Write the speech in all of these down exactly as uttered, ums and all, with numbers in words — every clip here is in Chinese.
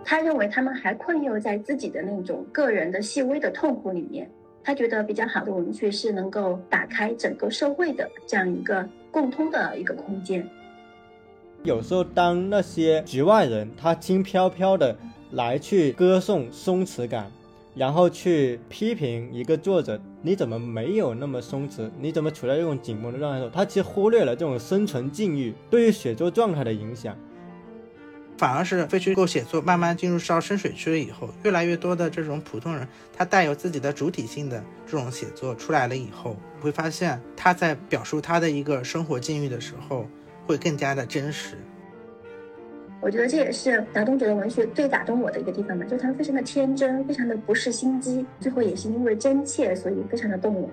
他认为他们还困囿在自己的那种个人的细微的痛苦里面。他觉得比较好的文学是能够打开整个社会的这样一个共通的一个空间。 有时候当那些局外人他轻飘飘的来去歌颂松弛感，然后去批评一个作者你怎么没有那么松弛，你怎么处在这种紧绷的状态的时候，他其实忽略了这种生存境遇对于写作状态的影响。 反而是非虚构写作慢慢进入到深水区了以后，越来越多的这种普通人他带有自己的主体性的这种写作出来了以后，你会发现他在表述他的一个生活境遇的时候会更加的真实。 我觉得这也是劳动者的文学最打动我的一个地方吧，就是他们非常的天真，非常的不是心机，最后也是因为真切所以非常的动人。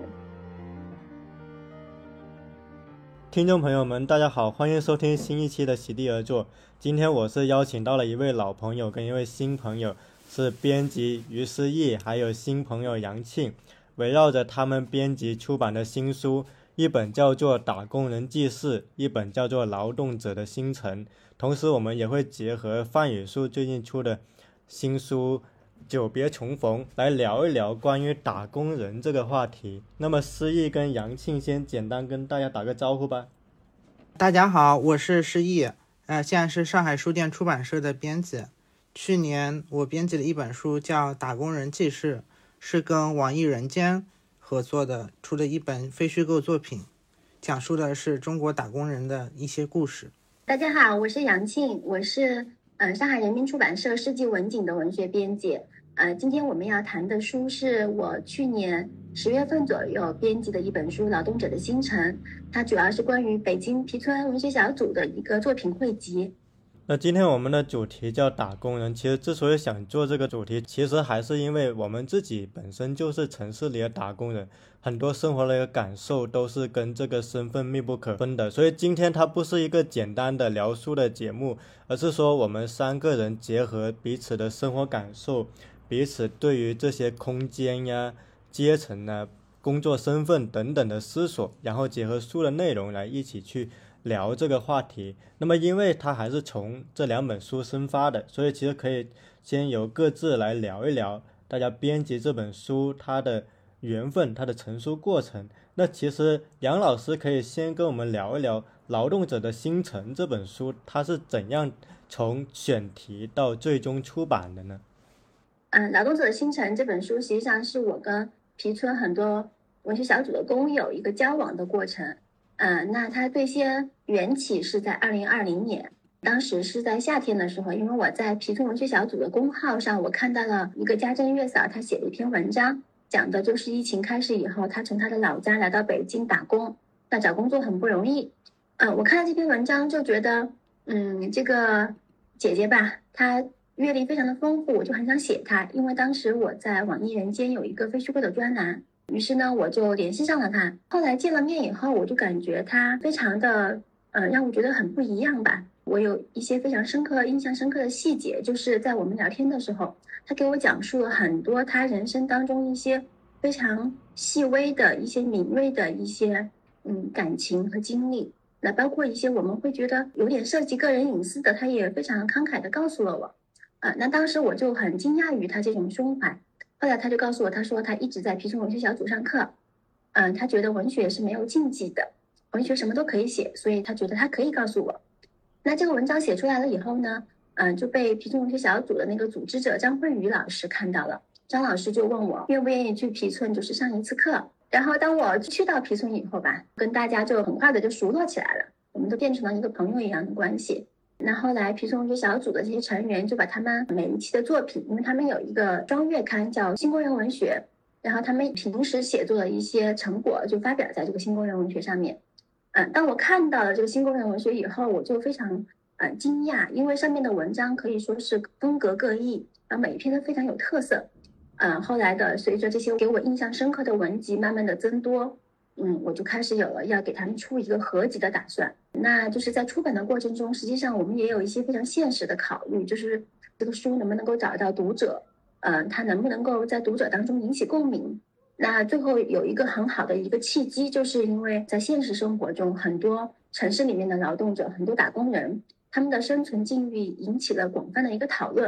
听众朋友们大家好，欢迎收听新一期的席地而坐。今天我是邀请到了一位老朋友跟一位新朋友，是编辑于思义还有新朋友杨庆，围绕着他们编辑出版的新书，一本叫做《打工人记事》，一本叫做《劳动者的星辰》。同时我们也会结合范宇树最近出的新书久别重逢来聊一聊关于打工人这个话题。那么思义跟杨庆先简单跟大家打个招呼吧。 大家好，我是思义，呃，现在是上海书店出版社的编辑。去年我编辑了一本书叫《打工人记事》，是跟网易人间合作的，出的一本非虚构作品，讲述的是中国打工人的一些故事。 大家好，我是杨庆，我是呃上海人民出版社世纪文景的文学编辑。呃，今天我们要谈的书是我去年十月份左右编辑的一本书《劳动者的星辰》，它主要是关于北京皮村文学小组的一个作品汇集。 那今天我们的主题叫打工人，其实之所以想做这个主题，其实还是因为我们自己本身就是城市里的打工人，很多生活的一个感受都是跟这个身份密不可分的。所以今天它不是一个简单的聊书的节目，而是说我们三个人结合彼此的生活感受，彼此对于这些空间呀、阶层啊、工作身份等等的思索，然后结合书的内容来一起去聊这个话题。那么因为它还是从这两本书生发的，所以其实可以先由各自来聊一聊大家编辑这本书它的缘分，它的成书过程。那其实杨老师可以先跟我们聊一聊《劳动者的星辰》这本书它是怎样从选题到最终出版的呢？ 嗯，《劳动者的星辰》这本书实际上是我跟皮村很多文学小组的工友一个交往的过程。嗯，那它最先缘起是在二零二零年，当时是在夏天的时候，因为我在皮村文学小组的公号上，我看到了一个家政月嫂，她写了一篇文章，讲的就是疫情开始以后，她从她的老家来到北京打工，那找工作很不容易。嗯，我看到这篇文章就觉得，嗯，这个姐姐吧，她阅历非常的丰富，我就很想写她，因为当时我在网易人间有一个非虚构的专栏。于是呢，我就联系上了他。后来见了面以后，我就感觉他非常的，呃，让我觉得很不一样吧。我有一些非常深刻、印象深刻的细节，就是在我们聊天的时候，他给我讲述了很多他人生当中一些非常细微的一些敏锐的一些嗯感情和经历。那包括一些我们会觉得有点涉及个人隐私的，他也非常慷慨地告诉了我。呃，那当时我就很惊讶于他这种胸怀。后来他就告诉我，他说他一直在皮村文学小组上课，嗯，他觉得文学是没有禁忌的，文学什么都可以写，所以他觉得他可以告诉我。那这个文章写出来了以后呢，嗯，就被皮村文学小组的那个组织者张慧宇老师看到了，张老师就问我愿不愿意去皮村，就是上一次课。然后当我去到皮村以后吧，跟大家就很快的就熟络起来了，我们都变成了一个朋友一样的关系。那后来皮村文学小组的这些成员就把他们每一期的作品，因为他们有一个双月刊叫新工人文学，然后他们平时写作的一些成果就发表在这个新工人文学上面。嗯，当我看到了这个新工人文学以后，我就非常呃惊讶，因为上面的文章可以说是风格各异，然后每一篇都非常有特色。嗯，后来的随着这些给我印象深刻的文集慢慢的增多，嗯，我就开始有了要给他们出一个合集的打算。那就是在出版的过程中，实际上我们也有一些非常现实的考虑，就是这个书能不能够找到读者，呃，它能不能够在读者当中引起共鸣。那最后有一个很好的一个契机，就是因为在现实生活中，很多城市里面的劳动者，很多打工人，他们的生存境遇引起了广泛的一个讨论。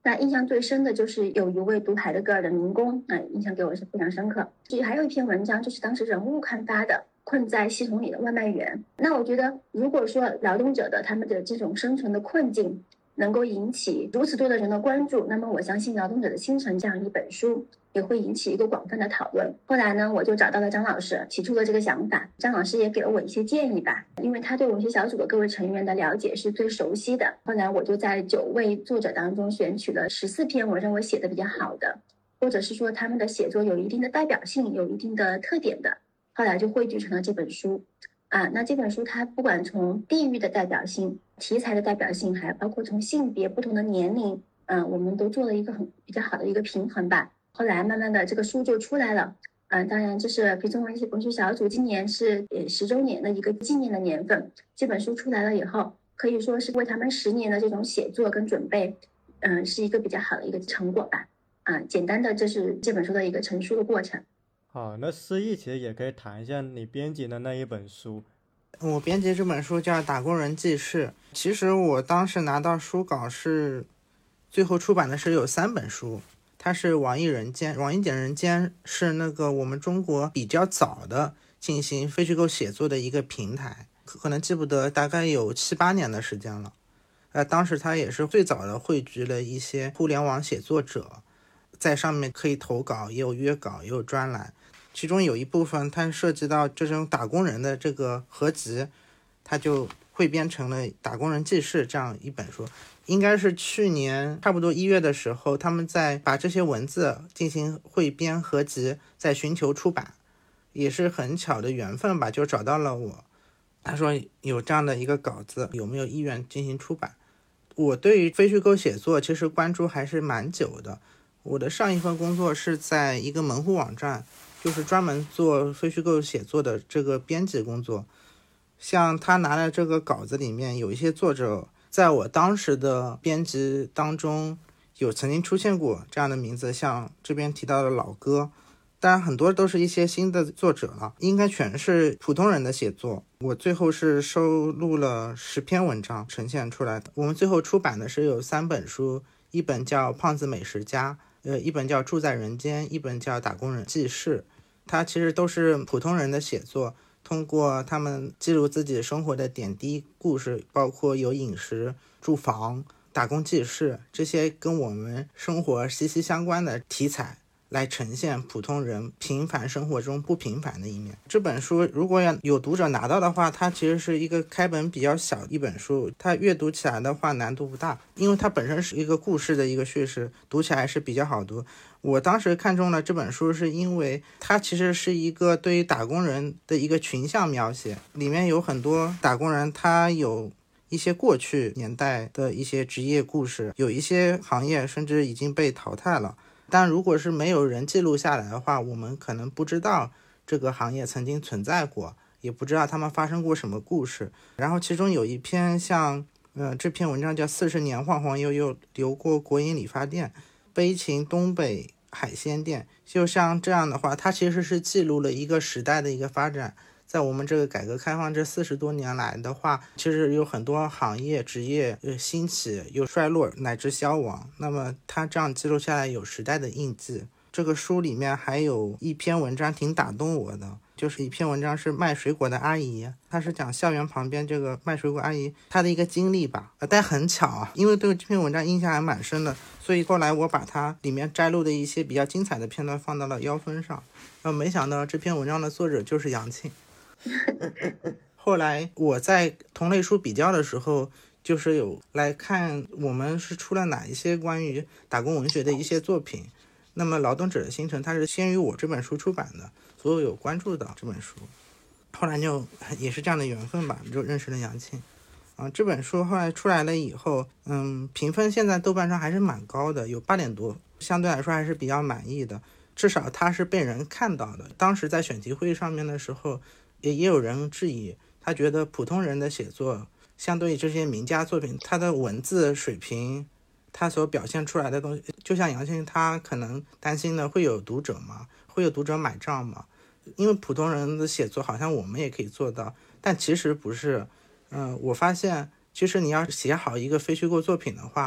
那印象最深的就是有一位读海德格尔的民工，那印象给我是非常深刻。至于还有一篇文章，就是当时人物刊发的困在系统里的外卖员。那我觉得如果说劳动者的他们的这种生存的困境能够引起如此多的人的关注，那么我相信《劳动者的星辰》这样一本书也会引起一个广泛的讨论。后来呢，我就找到了张老师，提出了这个想法。张老师也给了我一些建议吧，因为他对文学小组的各位成员的了解是最熟悉的。后来我就在九位作者当中选取了十四篇我认为写的比较好的，或者是说他们的写作有一定的代表性、有一定的特点的，后来就汇聚成了这本书。啊，那这本书它不管从地域的代表性、题材的代表性，还包括从性别不同的年龄，嗯，我们都做了一个很比较好的一个平衡吧。后来慢慢的这个书就出来了。嗯，当然这是皮村文学文学小组今年是呃十周年的一个纪念的年份。这本书出来了以后，可以说是为他们十年的这种写作跟准备，嗯，是一个比较好的一个成果吧。啊，简单的这是这本书的一个成书的过程。 好，那诗意其实也可以谈一下你编辑的那一本书。 我编辑这本书叫《打工人记事》。其实我当时拿到书稿是最后出版的是有三本书，它是网易人间，网易人间是那个我们中国比较早的进行非虚构写作的一个平台，可能记不得，大概有七八年的时间了。呃，当时它也是最早的汇聚了一些互联网写作者，在上面可以投稿，也有约稿，也有专栏。其中有一部分它涉及到这种打工人的这个合集，它就汇编成了《打工人记事》这样一本书。应该是去年差不多一月的时候，他们在把这些文字进行汇编合集，在寻求出版，也是很巧的缘分吧，就找到了我。他说有这样的一个稿子，有没有意愿进行出版？我对于非虚构写作其实关注还是蛮久的。我的上一份工作是在一个门户网站，就是专门做非虚构写作的这个编辑工作。像他拿的这个稿子里面有一些作者在我当时的编辑当中有曾经出现过这样的名字，像这边提到的老哥，当然很多都是一些新的作者了，应该全是普通人的写作。我最后是收录了十篇文章呈现出来的。我们最后出版的是有三本书，一本叫《胖子美食家》，呃，一本叫《住在人间》，一本叫《打工人记事》。它其实都是普通人的写作，通过他们记录自己生活的点滴故事，包括有饮食、住房、打工记事，这些跟我们生活息息相关的题材，来呈现普通人平凡生活中不平凡的一面。这本书如果要有读者拿到的话，它其实是一个开本比较小的一本书，它阅读起来的话难度不大，因为它本身是一个故事的一个叙事，读起来是比较好读。我当时看中了这本书是因为它其实是一个对于打工人的一个群像描写，里面有很多打工人，他有一些过去年代的一些职业故事，有一些行业甚至已经被淘汰了，但如果是没有人记录下来的话，我们可能不知道这个行业曾经存在过，也不知道他们发生过什么故事。然后其中有一篇像呃，这篇文章叫四十年晃晃悠悠流过国营理发店，悲情东北海鲜店，就像这样的话，它其实是记录了一个时代的一个发展。在我们这个改革开放这四十多年来的话，其实有很多行业职业有兴起，有衰落乃至消亡，那么它这样记录下来有时代的印记。这个书里面还有一篇文章挺打动我的，就是一篇文章是卖水果的阿姨，她是讲校园旁边这个卖水果阿姨她的一个经历吧。但很巧啊，因为对这篇文章印象还蛮深的，所以后来我把它里面摘录的一些比较精彩的片段放到了腰分上，然后没想到这篇文章的作者就是杨庆。后来我在同类书比较的时候，就是有来看我们是出了哪一些关于打工文学的一些作品。那么《劳动者的星辰》它是先于我这本书出版的，所以有关注到这本书。后来就也是这样的缘分吧，就认识了杨庆。啊，这本书后来出来了以后，嗯，评分现在豆瓣上还是蛮高的，有八点多，相对来说还是比较满意的。至少它是被人看到的。当时在选题会上面的时候，也也有人质疑，他觉得普通人的写作相对于这些名家作品，他的文字水平，他所表现出来的东西，就像杨庆他可能担心的会有读者吗？会有读者买账吗？因为普通人的写作好像我们也可以做到，但其实不是。嗯、呃，我发现其实你要写好一个非虚构作品的话，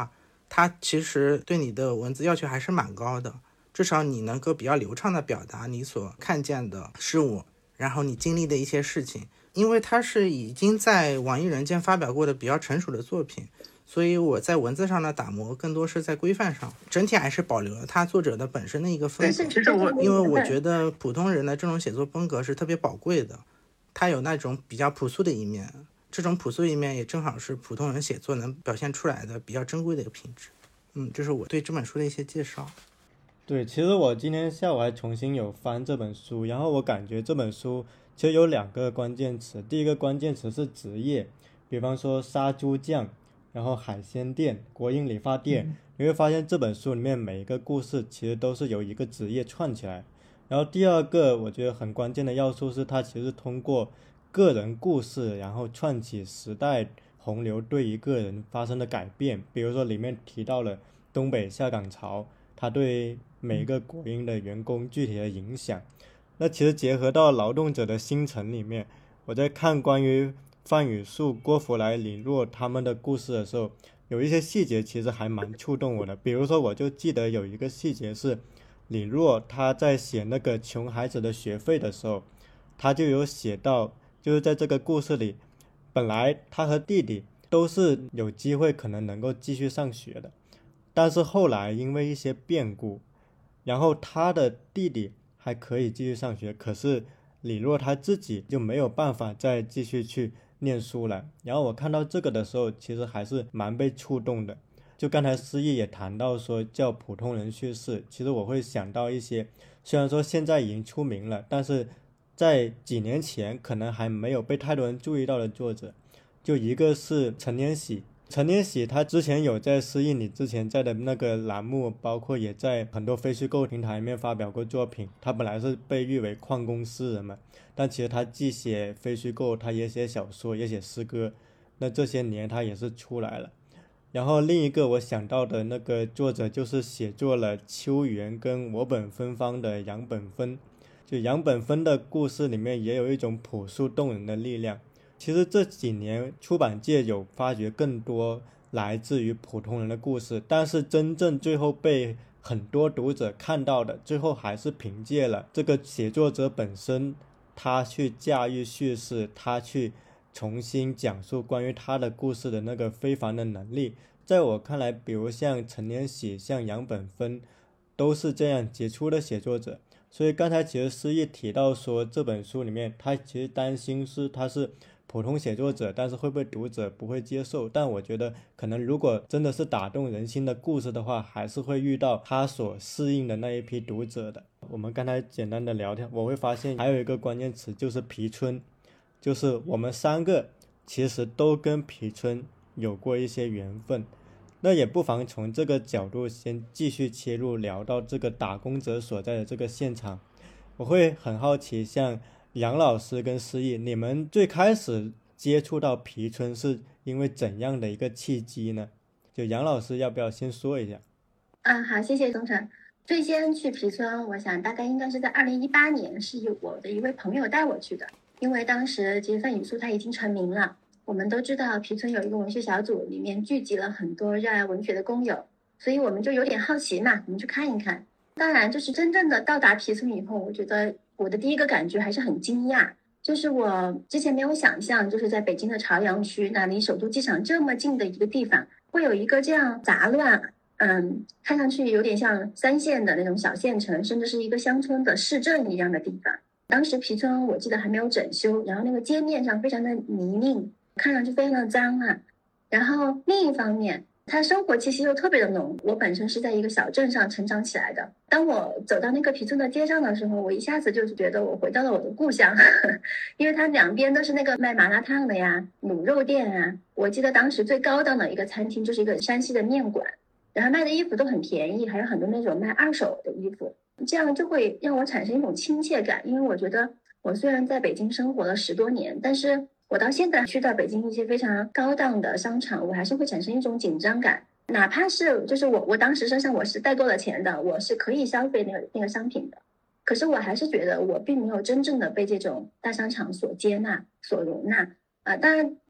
它其实对你的文字要求还是蛮高的，至少你能够比较流畅的表达你所看见的事物，然后你经历的一些事情。因为它是已经在网易人间发表过的比较成熟的作品，所以我在文字上的打磨更多是在规范上，整体还是保留了它作者的本身的一个风格。 其实我因为我觉得普通人的这种写作风格是特别宝贵的，它有那种比较朴素的一面，这种朴素一面也正好是普通人写作能表现出来的比较珍贵的一个品质。嗯，这是我对这本书的一些介绍。 对，其实我今天下午还重新有翻这本书，然后我感觉这本书其实有两个关键词，第一个关键词是职业，比方说杀猪匠，然后海鲜店、国营理发店、嗯、你会发现这本书里面每一个故事其实都是由一个职业串起来。然后第二个我觉得很关键的要素是它其实通过个人故事然后串起时代洪流对一个人发生的改变，比如说里面提到了东北下岗潮它对每个国营的员工具体的影响。那其实结合到劳动者的星辰里面，我在看关于范雨树、郭福来、李若他们的故事的时候，有一些细节其实还蛮触动我的。比如说我就记得有一个细节是李若他在写那个穷孩子的学费的时候，他就有写到，就是在这个故事里，本来他和弟弟都是有机会可能能够继续上学的，但是后来因为一些变故，然后他的弟弟还可以继续上学，可是李若他自己就没有办法再继续去念书了。然后我看到这个的时候其实还是蛮被触动的。就刚才思义也谈到说叫普通人叙事，其实我会想到一些虽然说现在已经出名了，但是在几年前可能还没有被太多人注意到的作者。就一个是陈年喜，陈年喜他之前有在思义你之前在的那个栏目，包括也在很多非虚构平台里面发表过作品。他本来是被誉为矿工诗人嘛，但其实他既写非虚构，他也写小说，也写诗歌，那这些年他也是出来了。然后另一个我想到的那个作者就是写作了秋园跟我本芬芳的杨本芬。就杨本芬的故事里面也有一种朴素动人的力量。其实这几年出版界有发掘更多来自于普通人的故事，但是真正最后被很多读者看到的，最后还是凭借了这个写作者本身，他去驾驭叙事，他去重新讲述关于他的故事的那个非凡的能力。在我看来，比如像陈年喜、像杨本芬都是这样杰出的写作者。所以刚才其实思义提到说这本书里面他其实担心是他是普通写作者，但是会不会读者不会接受，但我觉得可能如果真的是打动人心的故事的话，还是会遇到他所适应的那一批读者的。我们刚才简单的聊天，我会发现还有一个关键词就是皮村，就是我们三个其实都跟皮村有过一些缘分。那也不妨从这个角度先继续切入，聊到这个打工者所在的这个现场。我会很好奇，像杨老师跟思义，你们最开始接触到皮村是因为怎样的一个契机呢？就杨老师要不要先说一下？ 啊，好，谢谢宗成。最先去皮村，我想大概应该是在二零一八年，是我的一位朋友带我去的。因为当时其实范雨素他已经成名了，我们都知道皮村有一个文学小组，里面聚集了很多热爱文学的工友，所以我们就有点好奇嘛，我们去看一看。当然就是真正的到达皮村以后，我觉得我的第一个感觉还是很惊讶，就是我之前没有想象，就是在北京的朝阳区，那离首都机场这么近的一个地方，会有一个这样杂乱，嗯，看上去有点像三线的那种小县城，甚至是一个乡村的市镇一样的地方。当时皮村我记得还没有整修，然后那个街面上非常的泥泞，看上去非常的脏啊。然后另一方面，它生活气息又特别的浓。我本身是在一个小镇上成长起来的，当我走到那个皮村的街上的时候，我一下子就是觉得我回到了我的故乡，因为它两边都是那个卖麻辣烫的呀、卤肉店啊。我记得当时最高档的一个餐厅就是一个山西的面馆，然后卖的衣服都很便宜，还有很多那种卖二手的衣服，这样就会让我产生一种亲切感。因为我觉得我虽然在北京生活了十多年，但是我到现在去到北京一些非常高档的商场，我还是会产生一种紧张感。哪怕是就是我我当时身上我是带够了钱的，我是可以消费那个那个商品的，可是我还是觉得我并没有真正的被这种大商场所接纳所容纳啊、呃。当然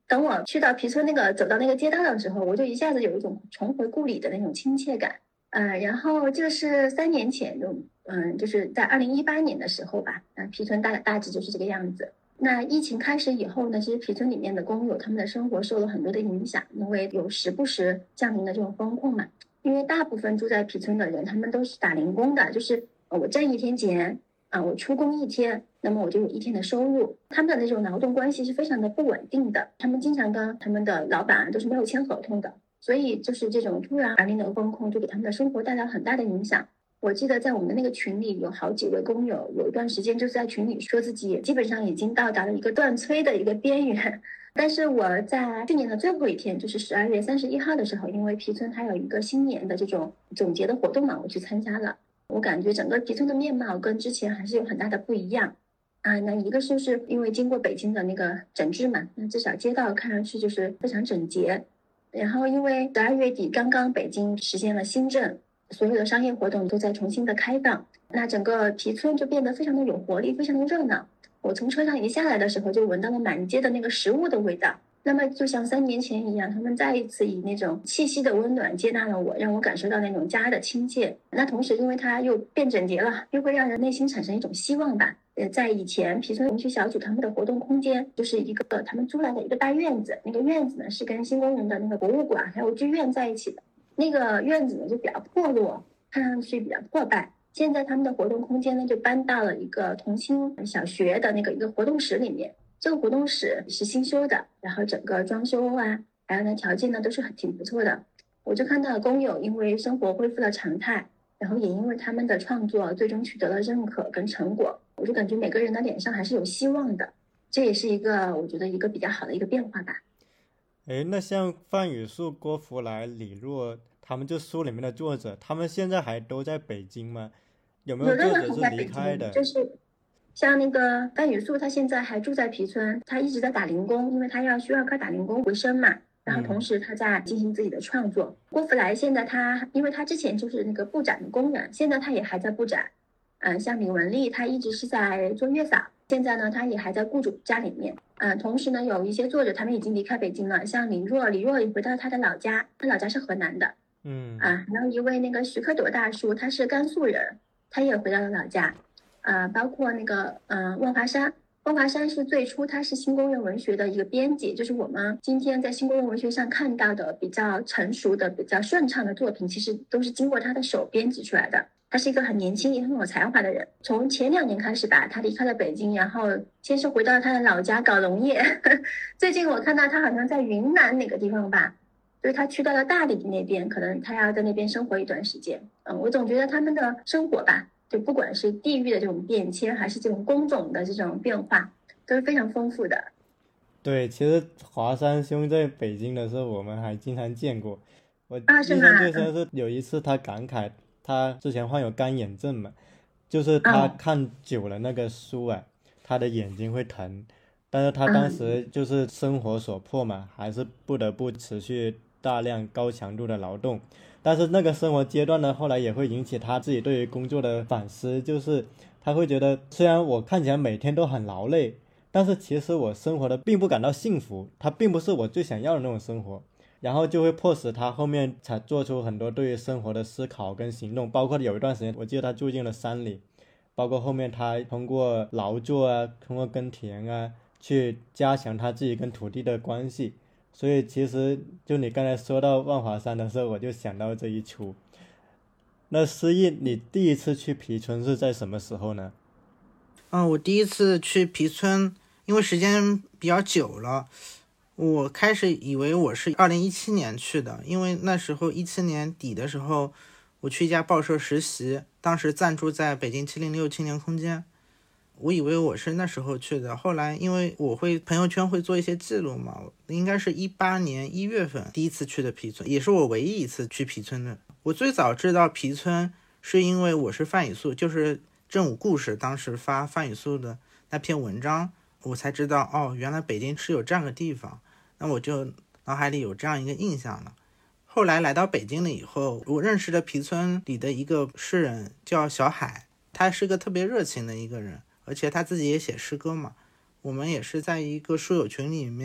等我去到皮村那个走到那个街道的时候，我就一下子有一种重回故里的那种亲切感。呃，然后这个是三年前，就嗯，就是在二零一八年的时候吧。那皮村大大致就是这个样子。那疫情开始以后呢，其实皮村里面的工友他们的生活受了很多的影响，因为有时不时降临的这种风控嘛。因为大部分住在皮村的人，他们都是打零工的，就是我挣一天钱啊，我出工一天，那么我就有一天的收入。他们的那种劳动关系是非常的不稳定的，他们经常跟他们的老板都是没有签合同的，所以就是这种突然而临的风控就给他们的生活带来很大的影响。我记得在我们的那个群里有好几位工友，有一段时间就是在群里说自己基本上已经到达了一个断炊的一个边缘。但是我在去年的最后一天，就是十二月三十一号的时候，因为皮村它有一个新年的这种总结的活动嘛，我去参加了。我感觉整个皮村的面貌跟之前还是有很大的不一样啊。那一个就是因为经过北京的那个整治嘛，那至少街道看上去就是非常整洁。然后因为十二月底刚刚北京实现了新政，所有的商业活动都在重新的开放，那整个皮村就变得非常的有活力，非常的热闹。我从车上一下来的时候就闻到了满街的那个食物的味道，那么就像三年前一样，他们再一次以那种气息的温暖接纳了我，让我感受到那种家的亲切。那同时因为它又变整洁了，又会让人内心产生一种希望吧。呃，在以前皮村文学小组他们的活动空间就是一个他们租来的一个大院子，那个院子呢是跟新公园的那个博物馆还有剧院在一起的，那个院子呢就比较破落，看上去比较破败。现在他们的活动空间呢就搬到了一个同心小学的那个一个活动室里面，这个活动室是新修的，然后整个装修啊还有呢条件呢都是很挺不错的。我就看到工友因为生活恢复了常态，然后也因为他们的创作最终取得了认可跟成果，我就感觉每个人的脸上还是有希望的，这也是一个我觉得一个比较好的一个变化吧。 诶，那像范宇树、郭福来、李洛他们就书里面的作者，他们现在还都在北京吗？有没有有的作者是人还在北离开的？ 京，就是像那个范宇素，他现在还住在皮村，他一直在打零工，因为他要需要靠打零工为生嘛。然后同时他在进行自己的创作。郭福来现在他，因为他之前就是那个布展的工人，现在他也还在布展。嗯，像李文丽，他一直是在做月嫂，现在呢他也还在雇主家里面。嗯，同时呢有一些作者他们已经离开北京了，像李若，李若也回到他的老家，他老家是河南的。 嗯啊，还有一位那个徐克朵大叔，他是甘肃人，他也回到了老家。呃，包括那个嗯、呃、万华山，万华山是最初他是新公认文学的一个编辑，就是我们今天在新公认文学上看到的比较成熟的、比较顺畅的作品，其实都是经过他的手编辑出来的。他是一个很年轻也很有才华的人。从前两年开始吧，他离开了北京，然后先是回到了他的老家搞农业。最近我看到他好像在云南哪个地方吧。所以他去到了大理那边，可能他要在那边生活一段时间。嗯，我总觉得他们的生活吧，就不管是地域的这种变迁，还是这种工种的这种变化，都是非常丰富的。 对，其实华山兄在北京的时候，我们还经常见过。我啊，是吗？ 印象最深是有一次他感慨，他之前患有干眼症嘛，就是他看久了那个书啊，他的眼睛会疼，但是他当时就是生活所迫嘛，还是不得不持续大量高强度的劳动。但是那个生活阶段呢，后来也会引起他自己对于工作的反思，就是他会觉得虽然我看起来每天都很劳累，但是其实我生活的并不感到幸福，它并不是我最想要的那种生活。然后就会迫使他后面才做出很多对于生活的思考跟行动，包括有一段时间我记得他住进了山里，包括后面他通过劳作啊，通过耕田啊，去加强他自己跟土地的关系。所以其实就你刚才说到万华山的时候，我就想到这一出。那诗意，你第一次去皮村是在什么时候呢？ 嗯，我第一次去皮村，因为时间比较久了，我开始以为我是二零一七年去的，因为那时候一七年底的时候，我去一家报社实习，当时暂住在北京七零六青年空间。我以为我是那时候去的，后来因为我会朋友圈会做一些记录嘛，应该是一八年一月份第一次去的皮村，也是我唯一一次去皮村的。我最早知道皮村是因为我是范宇素，就是正午故事当时发范宇素的那篇文章，我才知道哦，原来北京是有这样的地方，那我就脑海里有这样一个印象了。后来来到北京了以后，我认识了皮村里的一个诗人叫小海，他是个特别热情的一个人，而且他自己也写诗歌嘛。我们也是在一个书友群里面，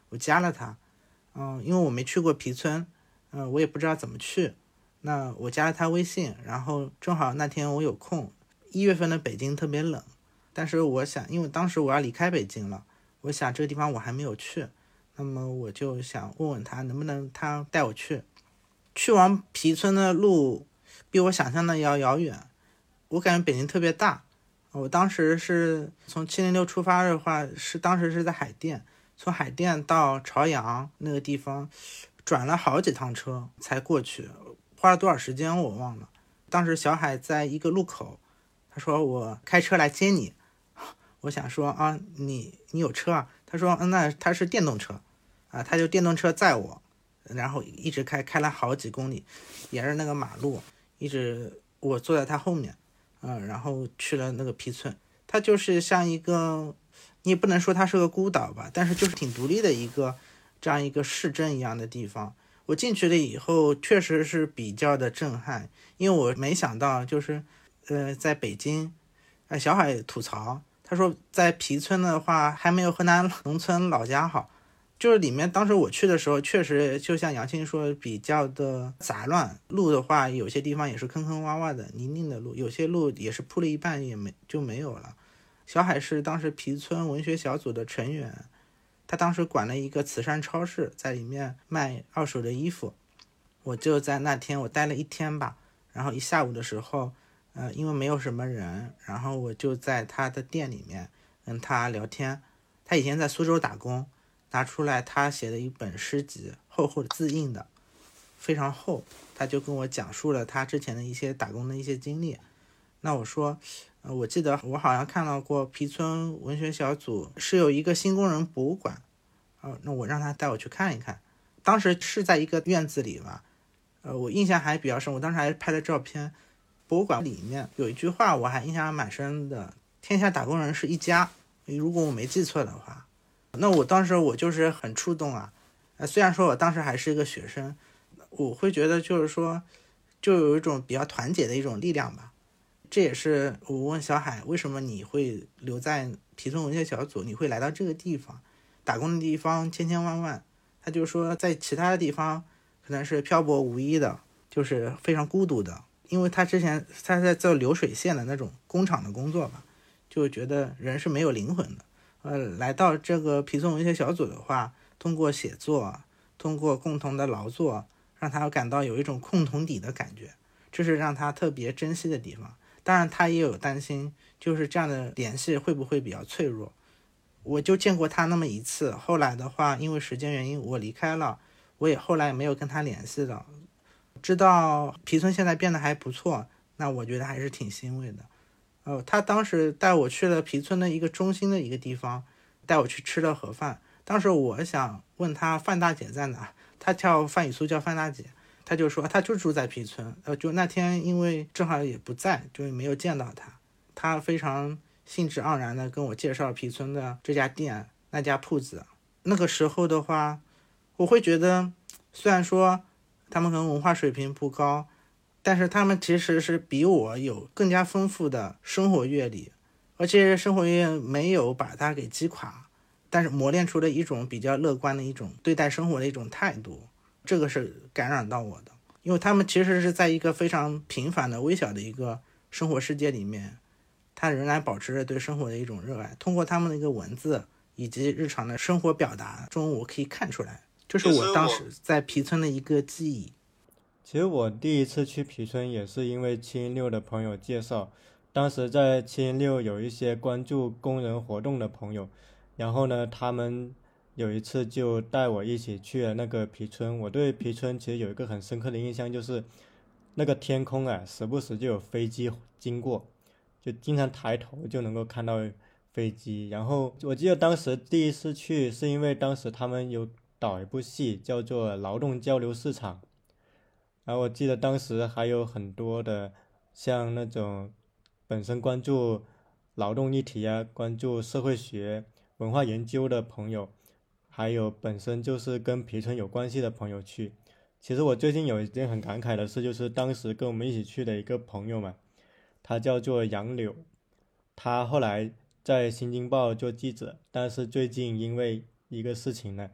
我加了他，嗯，因为我没去过皮村，嗯，我也不知道怎么去，那我加了他微信，然后正好那天我有空，一月份的北京特别冷，但是我想，因为当时我要离开北京了，我想这个地方我还没有去，那么我就想问问他能不能他带我去。去往皮村的路比我想象的要遥远，我感觉北京特别大。我当时是从七零六出发的话，是当时是在海淀，从海淀到朝阳那个地方转了好几趟车才过去，花了多少时间我忘了。当时小海在一个路口，他说我开车来接你，我想说啊，你你有车啊？他说嗯，那他是电动车啊，他就电动车载我，然后一直开开了好几公里，沿着那个马路，一直我坐在他后面，嗯，然后去了那个皮村。它就是像一个，你也不能说它是个孤岛吧，但是就是挺独立的一个这样一个市镇一样的地方。我进去了以后，确实是比较的震撼，因为我没想到就是呃，在北京，呃，小海吐槽，他说在皮村的话还没有河南农村老家好。就是里面当时我去的时候，确实就像杨青说比较的杂乱，路的话有些地方也是坑坑洼洼的泥泞的路，有些路也是铺了一半也没就没有了。小海是当时皮村文学小组的成员，他当时管了一个慈善超市，在里面卖二手的衣服。我就在那天我待了一天吧，然后一下午的时候呃，因为没有什么人，然后我就在他的店里面跟他聊天。他以前在苏州打工，拿出来他写的一本诗集，厚厚的字印的，非常厚。他就跟我讲述了他之前的一些打工的一些经历。那我说呃，我记得我好像看到过皮村文学小组是有一个新工人博物馆，呃，那我让他带我去看一看。当时是在一个院子里嘛，呃，我印象还比较深，我当时还拍了照片。博物馆里面有一句话我还印象蛮深的，天下打工人是一家，如果我没记错的话。那我当时我就是很触动啊，呃，虽然说我当时还是一个学生，我会觉得就是说就有一种比较团结的一种力量吧。这也是我问小海为什么你会留在皮村文学小组，你会来到这个地方打工的地方千千万万，他就说在其他的地方可能是漂泊无依的，就是非常孤独的，因为他之前他在做流水线的那种工厂的工作吧，就觉得人是没有灵魂的。呃，来到这个皮村文学小组的话，通过写作，通过共同的劳作，让他感到有一种共同体的感觉，这是让他特别珍惜的地方。当然他也有担心，就是这样的联系会不会比较脆弱。我就见过他那么一次，后来的话因为时间原因我离开了，我也后来没有跟他联系了。知道皮村现在变得还不错，那我觉得还是挺欣慰的。呃，他当时带我去了皮村的一个中心的一个地方，带我去吃了盒饭。当时我想问他范大姐在哪，他叫范雨苏叫范大姐，他就说他就住在皮村。呃，就那天因为正好也不在，就没有见到他。他非常兴致盎然的跟我介绍皮村的这家店那家铺子。那个时候的话，我会觉得虽然说他们可能文化水平不高，但是他们其实是比我有更加丰富的生活阅历，而且生活阅历没有把它给击垮，但是磨练出了一种比较乐观的一种对待生活的一种态度，这个是感染到我的。因为他们其实是在一个非常平凡的微小的一个生活世界里面，他仍然保持着对生活的一种热爱，通过他们的一个文字以及日常的生活表达中，我可以看出来，这是我当时在皮村的一个记忆。 其实我第一次去皮村也是因为七零六的朋友介绍，当时在七零六有一些关注工人活动的朋友，然后呢他们有一次就带我一起去了那个皮村。我对皮村其实有一个很深刻的印象，就是那个天空啊时不时就有飞机经过，就经常抬头就能够看到飞机。然后我记得当时第一次去是因为当时他们有导一部戏叫做劳动交流市场，然后我记得当时还有很多的像那种本身关注劳动议题啊，关注社会学文化研究的朋友，还有本身就是跟皮村有关系的朋友去。其实我最近有一件很感慨的事，就是当时跟我们一起去的一个朋友嘛，他叫做杨柳，他后来在新京报做记者，但是最近因为一个事情呢，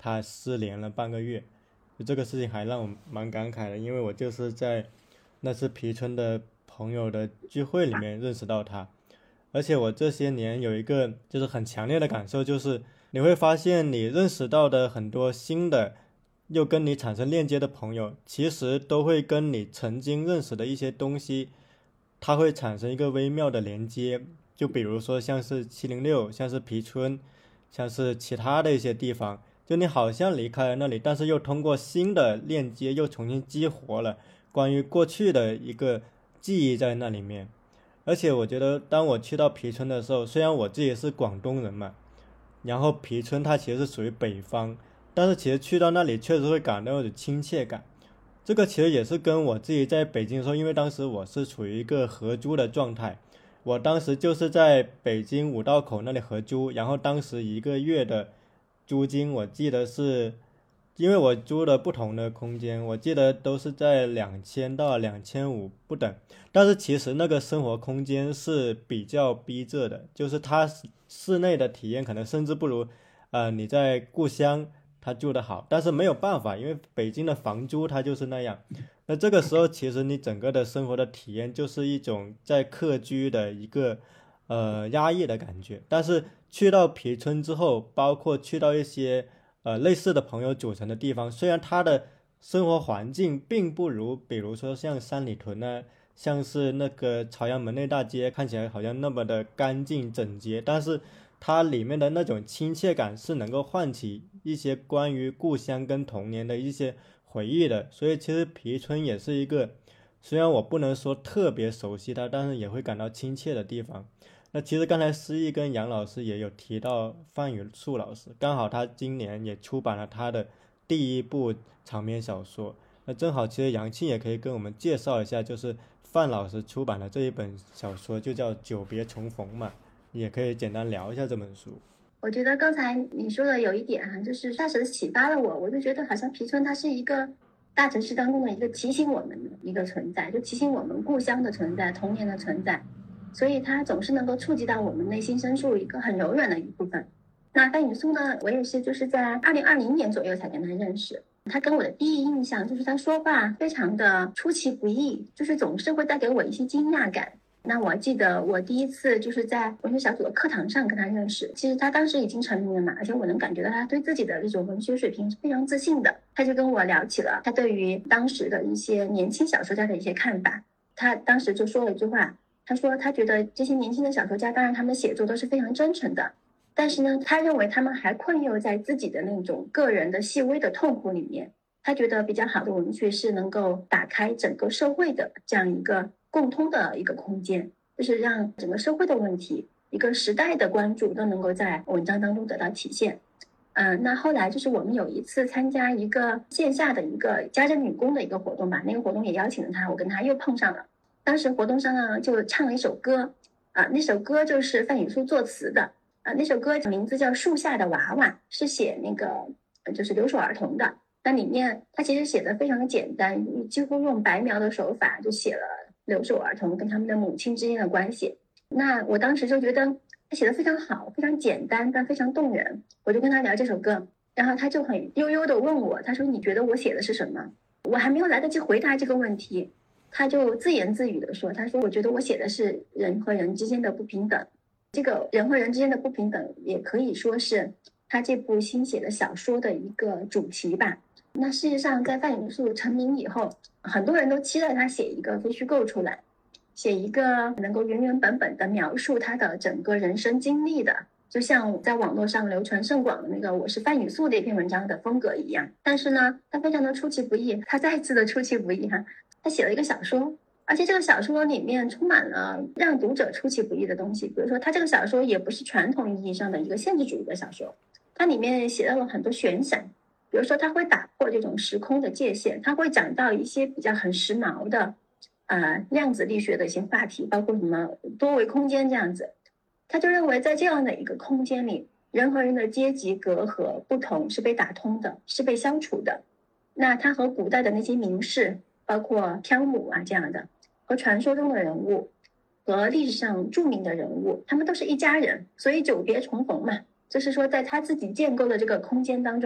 他失联了半个月，就这个事情还让我蛮感慨的，因为我就是在那次皮村的朋友的聚会里面认识到他。而且我这些年有一个就是很强烈的感受，就是你会发现你认识到的很多新的又跟你产生链接的朋友，其实都会跟你曾经认识的一些东西，它会产生一个微妙的连接。就比如说像是七零六，像是皮村，像是其他的一些地方，就你好像离开了那里，但是又通过新的链接又重新激活了关于过去的一个记忆在那里面。而且我觉得当我去到皮村的时候，虽然我自己是广东人嘛，然后皮村它其实是属于北方，但是其实去到那里确实会感到有亲切感。这个其实也是跟我自己在北京的时候，因为当时我是处于一个合租的状态，我当时就是在北京五道口那里合租，然后当时一个月的租金我记得是，因为我租了不同的空间，我记得都是在两千到两千五不等，但是其实那个生活空间是比较逼仄的，就是它室内的体验可能甚至不如呃你在故乡它住得好，但是没有办法，因为北京的房租它就是那样。那这个时候其实你整个的生活的体验就是一种在客居的一个呃压抑的感觉。但是去到皮村之后，包括去到一些呃类似的朋友组成的地方，虽然它的生活环境并不如比如说像三里屯呢，像是那个朝阳门内大街看起来好像那么的干净整洁，但是它里面的那种亲切感是能够唤起一些关于故乡跟童年的一些回忆的。所以其实皮村也是一个虽然我不能说特别熟悉它，但是也会感到亲切的地方。那其实刚才思义跟杨老师也有提到范雨素老师，刚好他今年也出版了他的第一部长篇小说，那正好其实杨庆也可以跟我们介绍一下，就是范老师出版的这一本小说就叫久别重逢嘛，也可以简单聊一下这本书。 我觉得刚才你说的有一点哈，就是确实启发了我，我就觉得好像皮村它是一个大城市当中的一个提醒我们的一个存在，就提醒我们故乡的存在，童年的存在，所以它总是能够触及到我们内心深处一个很柔软的一部分。那范雨素呢，我也是就是在二零二零年左右才跟他认识，他跟我的第一印象就是他说话非常的出其不意，就是总是会带给我一些惊讶感。那我记得我第一次就是在文学小组的课堂上跟他认识，其实他当时已经成名了嘛，而且我能感觉到他对自己的这种文学水平是非常自信的。他就跟我聊起了他对于当时的一些年轻小说家的一些看法。他当时就说了一句话，他说他觉得这些年轻的小说家，当然他们的写作都是非常真诚的，但是呢，他认为他们还困囿在自己的那种个人的细微的痛苦里面。他觉得比较好的文学是能够打开整个社会的这样一个共通的一个空间，就是让整个社会的问题，一个时代的关注都能够在文章当中得到体现。嗯、呃，那后来就是我们有一次参加一个线下的一个家政女工的一个活动吧，那个活动也邀请了他，我跟他又碰上了。当时活动上呢就唱了一首歌啊、呃，那首歌就是范雨素作词的啊、呃，那首歌名字叫《树下的娃娃》，是写那个就是留守儿童的。那里面他其实写的非常的简单，几乎用白描的手法就写了留守儿童跟他们的母亲之间的关系。那我当时就觉得他写的非常好，非常简单但非常动人，我就跟他聊这首歌，然后他就很悠悠的问我，他说你觉得我写的是什么？我还没有来得及回答这个问题，他就自言自语的说，他说我觉得我写的是人和人之间的不平等。这个人和人之间的不平等也可以说是他这部新写的小说的一个主题吧。那事实上在范雨素成名以后，很多人都期待他写一个非虚构出来，写一个能够原原本本的描述他的整个人生经历的，就像在网络上流传甚广的那个我是范雨素的一篇文章的风格一样。但是呢他非常的出其不意，他再次的出其不意哈，他写了一个小说，而且这个小说里面充满了让读者出其不意的东西。比如说他这个小说也不是传统意义上的一个现实主义的小说，它里面写到了很多悬想，比如说他会打破这种时空的界限，他会讲到一些比较很时髦的呃量子力学的一些话题，包括什么多维空间这样子。他就认为在这样的一个空间里，人和人的阶级隔阂不同是被打通的，是被消除的。那他和古代的那些名士，包括飘母啊这样的，和传说中的人物，和历史上著名的人物，他们都是一家人，所以久别重逢嘛，就是说在他自己建构的这个空间当中，他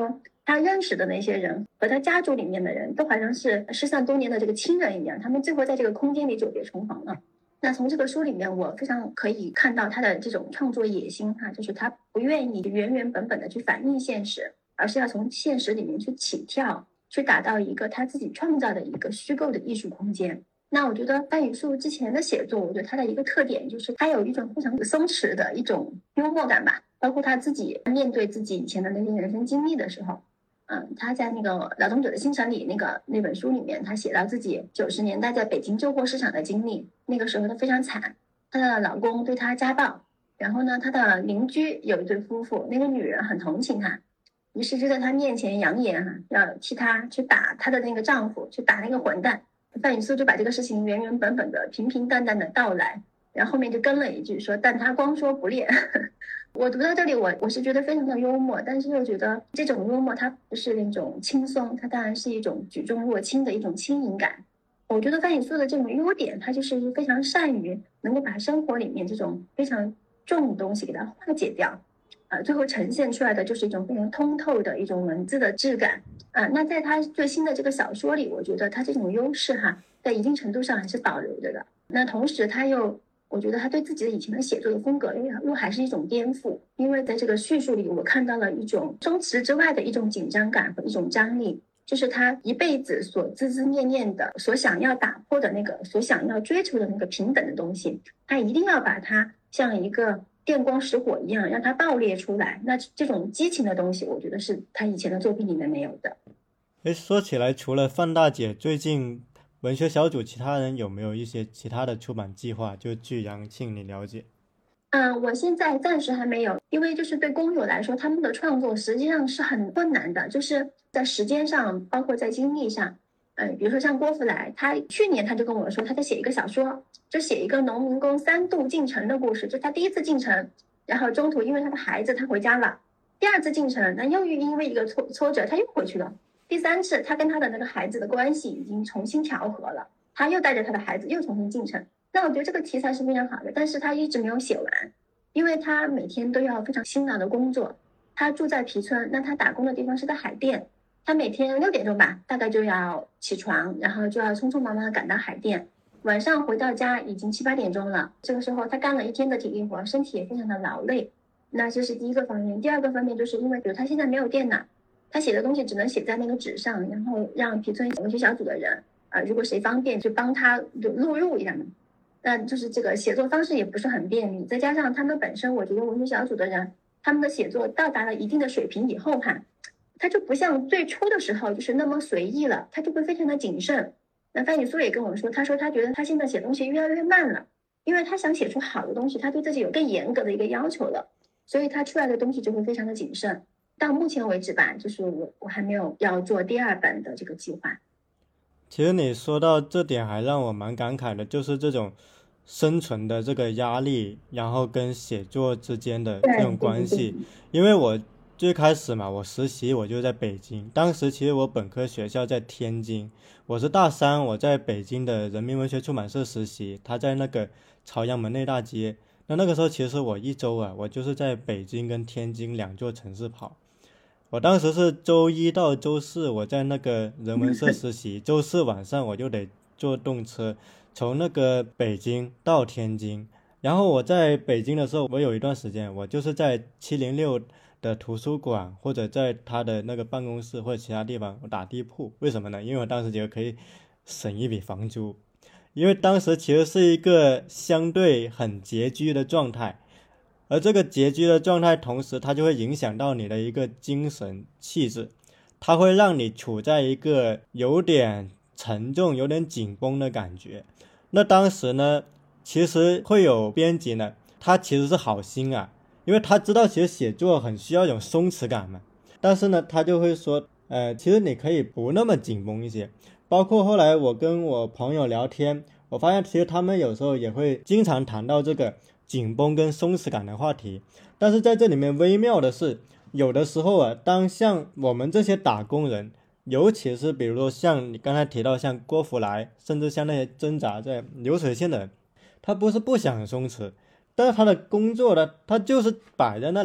他认识的那些人和他家族里面的人都好像是失散多年的这个亲人一样，他们最后在这个空间里久别重逢了。那从这个书里面我非常可以看到他的这种创作野心哈，就是他不愿意原原本本的去反映现实，而是要从现实里面去起跳，去打造一个他自己创造的一个虚构的艺术空间。那我觉得范宇树之前的写作，我觉得他的一个特点就是他有一种非常松弛的一种幽默感吧，包括他自己面对自己以前的那些人生经历的时候，嗯，他在那个《劳动者的新城》里那个那本书里面，他写到自己九十年代在北京旧货市场的经历。那个时候他非常惨，她的老公对她家暴，然后呢，她的邻居有一对夫妇，那个女人很同情她，于是就在她面前扬言哈、啊，要替她去打她的那个丈夫，去打那个混蛋。范宇素就把这个事情原原本本的平平淡淡的道来，然后后面就跟了一句说，但他光说不练。我读到这里，我我是觉得非常的幽默，但是又觉得这种幽默它不是那种轻松，它当然是一种举重若轻的一种轻盈感。我觉得范宇素的这种优点，他就是非常善于能够把生活里面这种非常重的东西给它化解掉，呃，最后呈现出来的就是一种非常通透的一种文字的质感啊、呃。那在他最新的这个小说里，我觉得他这种优势哈，在一定程度上还是保留着的。那同时他又，我觉得他对自己的以前的写作的风格又还是一种颠覆，因为在这个叙述里，我看到了一种松弛之外的一种紧张感和一种张力。就是他一辈子所孜孜念念的，所想要打破的那个，所想要追求的那个平等的东西，他一定要把它像一个电光石火一样让它爆裂出来。那这种激情的东西，我觉得是他以前的作品里面没有的。 诶，说起来，除了范大姐，最近文学小组其他人有没有一些其他的出版计划？就据杨庆你了解。 嗯，我现在暂时还没有，因为就是对工友来说，他们的创作实际上是很困难的，就是在时间上，包括在精力上。嗯，比如说像郭福来，他去年他就跟我说，他在写一个小说，就写一个农民工三度进城的故事。就他第一次进城，然后中途因为他的孩子他回家了；第二次进城，那又因为一个挫挫折他又回去了；第三次他跟他的那个孩子的关系已经重新调和了，他又带着他的孩子又重新进城。那我觉得这个题材是非常好的，但是他一直没有写完，因为他每天都要非常辛劳的工作。他住在皮村，那他打工的地方是在海淀，他每天六点钟吧，大概就要起床，然后就要匆匆忙忙的赶到海淀，晚上回到家已经七八点钟了。这个时候他干了一天的体力活，身体也非常的劳累。那这是第一个方面。第二个方面就是因为比如他现在没有电脑，他写的东西只能写在那个纸上，然后让皮村文学小组的人，呃，如果谁方便就帮他就录入一样的。那就是这个写作方式也不是很便利，再加上他们本身，我觉得文学小组的人，他们的写作到达了一定的水平以后哈，他就不像最初的时候就是那么随意了，他就会非常的谨慎。那范宇素也跟我说，他说他觉得他现在写东西越来越慢了，因为他想写出好的东西，他对自己有更严格的一个要求了，所以他出来的东西就会非常的谨慎。到目前为止吧，就是我我还没有要做第二本的这个计划。 其实你说到这点还让我蛮感慨的，就是这种生存的这个压力，然后跟写作之间的这种关系。因为我最开始嘛，我实习我就在北京，当时其实我本科学校在天津，我是大三，我在北京的人民文学出版社实习，他在那个朝阳门内大街。那那个时候其实我一周啊，我就是在北京跟天津两座城市跑。我当时是周一到周四我在那个人文社实习，周四晚上我就得坐动车从那个北京到天津。然后我在北京的时候，我有一段时间我就是在七零六的图书馆或者在他的那个办公室或者其他地方我打地铺。为什么呢？因为我当时觉得可以省一笔房租，因为当时其实是一个相对很拮据的状态，而这个拮据的状态同时它就会影响到你的一个精神气质，它会让你处在一个有点沉重有点紧绷的感觉。那当时呢，其实会有编辑呢，他其实是好心啊，因为他知道其实写作很需要一种松弛感嘛，但是呢他就会说呃，其实你可以不那么紧绷一些。包括后来我跟我朋友聊天，我发现其实他们有时候也会经常谈到这个紧绷跟松弛感的话题。但是在这里面微妙的是，有的时候啊，当像我们这些打工人，尤其是比如说像你刚才提到像郭福来，甚至像那些挣扎在流水线的人，他不是不想松弛，但是他的工作呢，他就是摆在那里，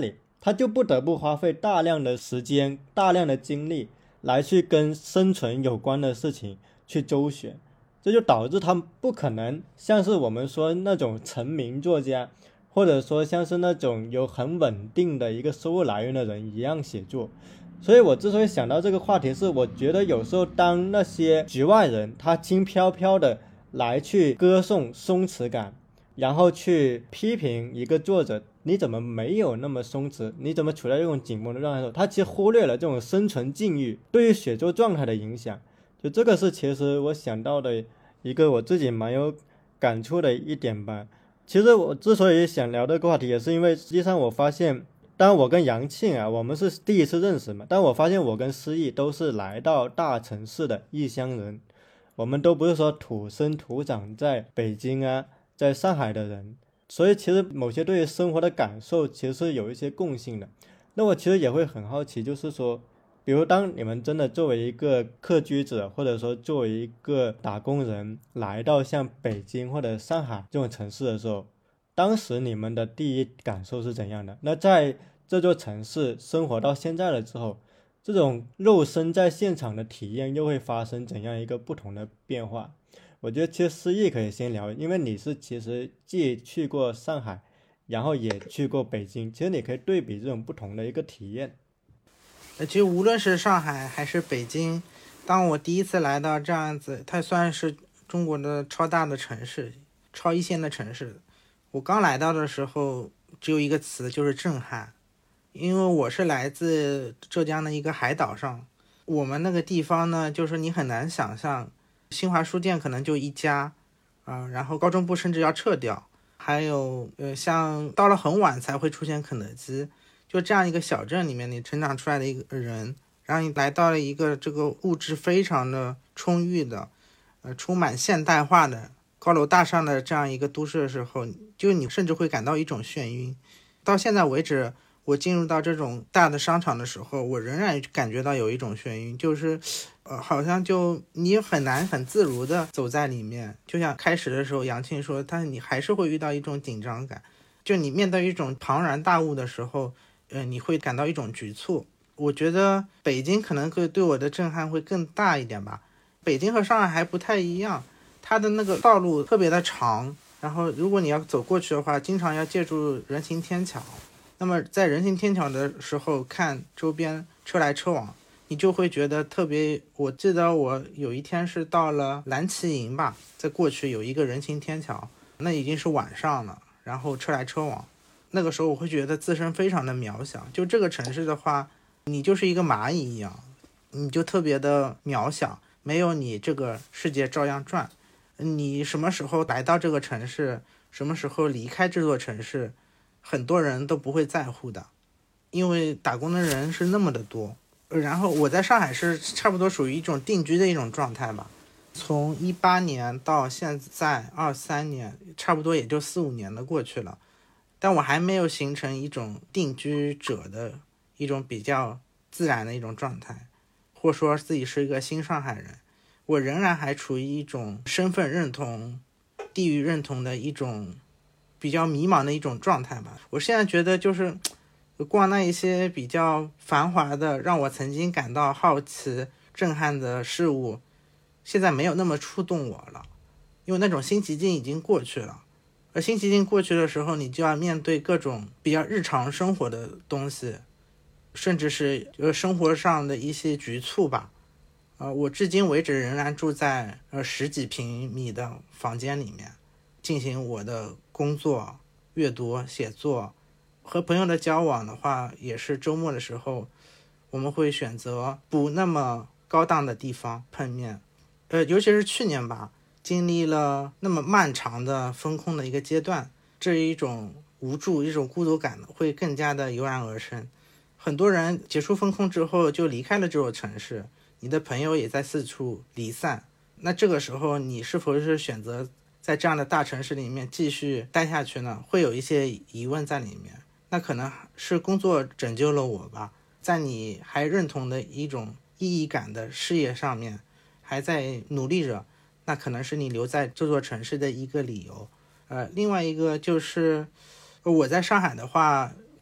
他就不得不花费大量的时间、大量的精力来去跟生存有关的事情去周旋，这就导致他不可能像是我们说那种成名作家，或者说像是那种有很稳定的一个收入来源的人一样写作。所以我之所以想到这个话题，是我觉得有时候当那些局外人他轻飘飘的来去歌颂松弛感，然后去批评一个作者你怎么没有那么松弛，你怎么处在这种紧绷的状态的时候，他其实忽略了这种生存境遇对于写作状态的影响。就这个是其实我想到的一个我自己蛮有感触的一点吧。其实我之所以想聊这个话题，也是因为实际上我发现，当然我跟杨庆啊，我们是第一次认识嘛，但我发现我跟诗意都是来到大城市的异乡人，我们都不是说土生土长在北京啊在上海的人，所以其实某些对于生活的感受其实是有一些共性的。那我其实也会很好奇，就是说比如当你们真的作为一个客居者，或者说作为一个打工人来到像北京或者上海这种城市的时候，当时你们的第一感受是怎样的？那在这座城市生活到现在了之后，这种肉身在现场的体验又会发生怎样一个不同的变化？我觉得其实诗意可以先聊，因为你是其实既去过上海，然后也去过北京，其实你可以对比这种不同的一个体验。 其实无论是上海还是北京，当我第一次来到这样子，它算是中国的超大的城市，超一线的城市，我刚来到的时候只有一个词，就是震撼。因为我是来自浙江的一个海岛上，我们那个地方呢，就是你很难想象，新华书店可能就一家啊、呃，然后高中部甚至要撤掉，还有呃，像到了很晚才会出现肯德基，就这样一个小镇里面你成长出来的一个人，然后你来到了一个这个物质非常的充裕的呃，充满现代化的高楼大厦的这样一个都市的时候，就你甚至会感到一种眩晕。到现在为止，我进入到这种大的商场的时候，我仍然感觉到有一种眩晕，就是呃，好像就你很难很自如的走在里面。就像开始的时候杨庆说，但是你还是会遇到一种紧张感，就你面对一种庞然大物的时候，呃，你会感到一种局促。我觉得北京可能会对我的震撼会更大一点吧。北京和上海还不太一样，它的那个道路特别的长，然后如果你要走过去的话，经常要借助人行天桥。那么在人行天桥的时候，看周边车来车往，你就会觉得特别。我记得我有一天是到了蓝旗营吧，在过去有一个人行天桥，那已经是晚上了，然后车来车往，那个时候我会觉得自身非常的渺小。就这个城市的话，你就是一个蚂蚁一样，你就特别的渺小，没有你这个世界照样转。你什么时候来到这个城市，什么时候离开这座城市，很多人都不会在乎的，因为打工的人是那么的多。然后我在上海是差不多属于一种定居的一种状态吧，从一八年到现在二三年，差不多也就四五年的过去了，但我还没有形成一种定居者的一种比较自然的一种状态，或说自己是一个新上海人，我仍然还处于一种身份认同、地域认同的一种比较迷茫的一种状态吧。我现在觉得就是逛那一些比较繁华的让我曾经感到好奇震撼的事物，现在没有那么触动我了，因为那种新奇境已经过去了。而新奇境过去的时候，你就要面对各种比较日常生活的东西，甚至是生活上的一些局促吧。呃，我至今为止仍然住在呃十几平米的房间里面，进行我的工作、阅读、写作。和朋友的交往的话，也是周末的时候，我们会选择不那么高档的地方碰面。呃，尤其是去年吧，经历了那么漫长的风控的一个阶段，这一种无助、一种孤独感会更加的油然而生。很多人结束风控之后就离开了这座城市，你的朋友也在四处离散。那这个时候，你是否是选择在这样的大城市里面继续待下去呢？会有一些疑问在里面。那可能是工作拯救了我吧，在你还认同的一种意义感的事业上面还在努力着，那可能是你留在这座城市的一个理由。呃，另外一个就是我在上海的话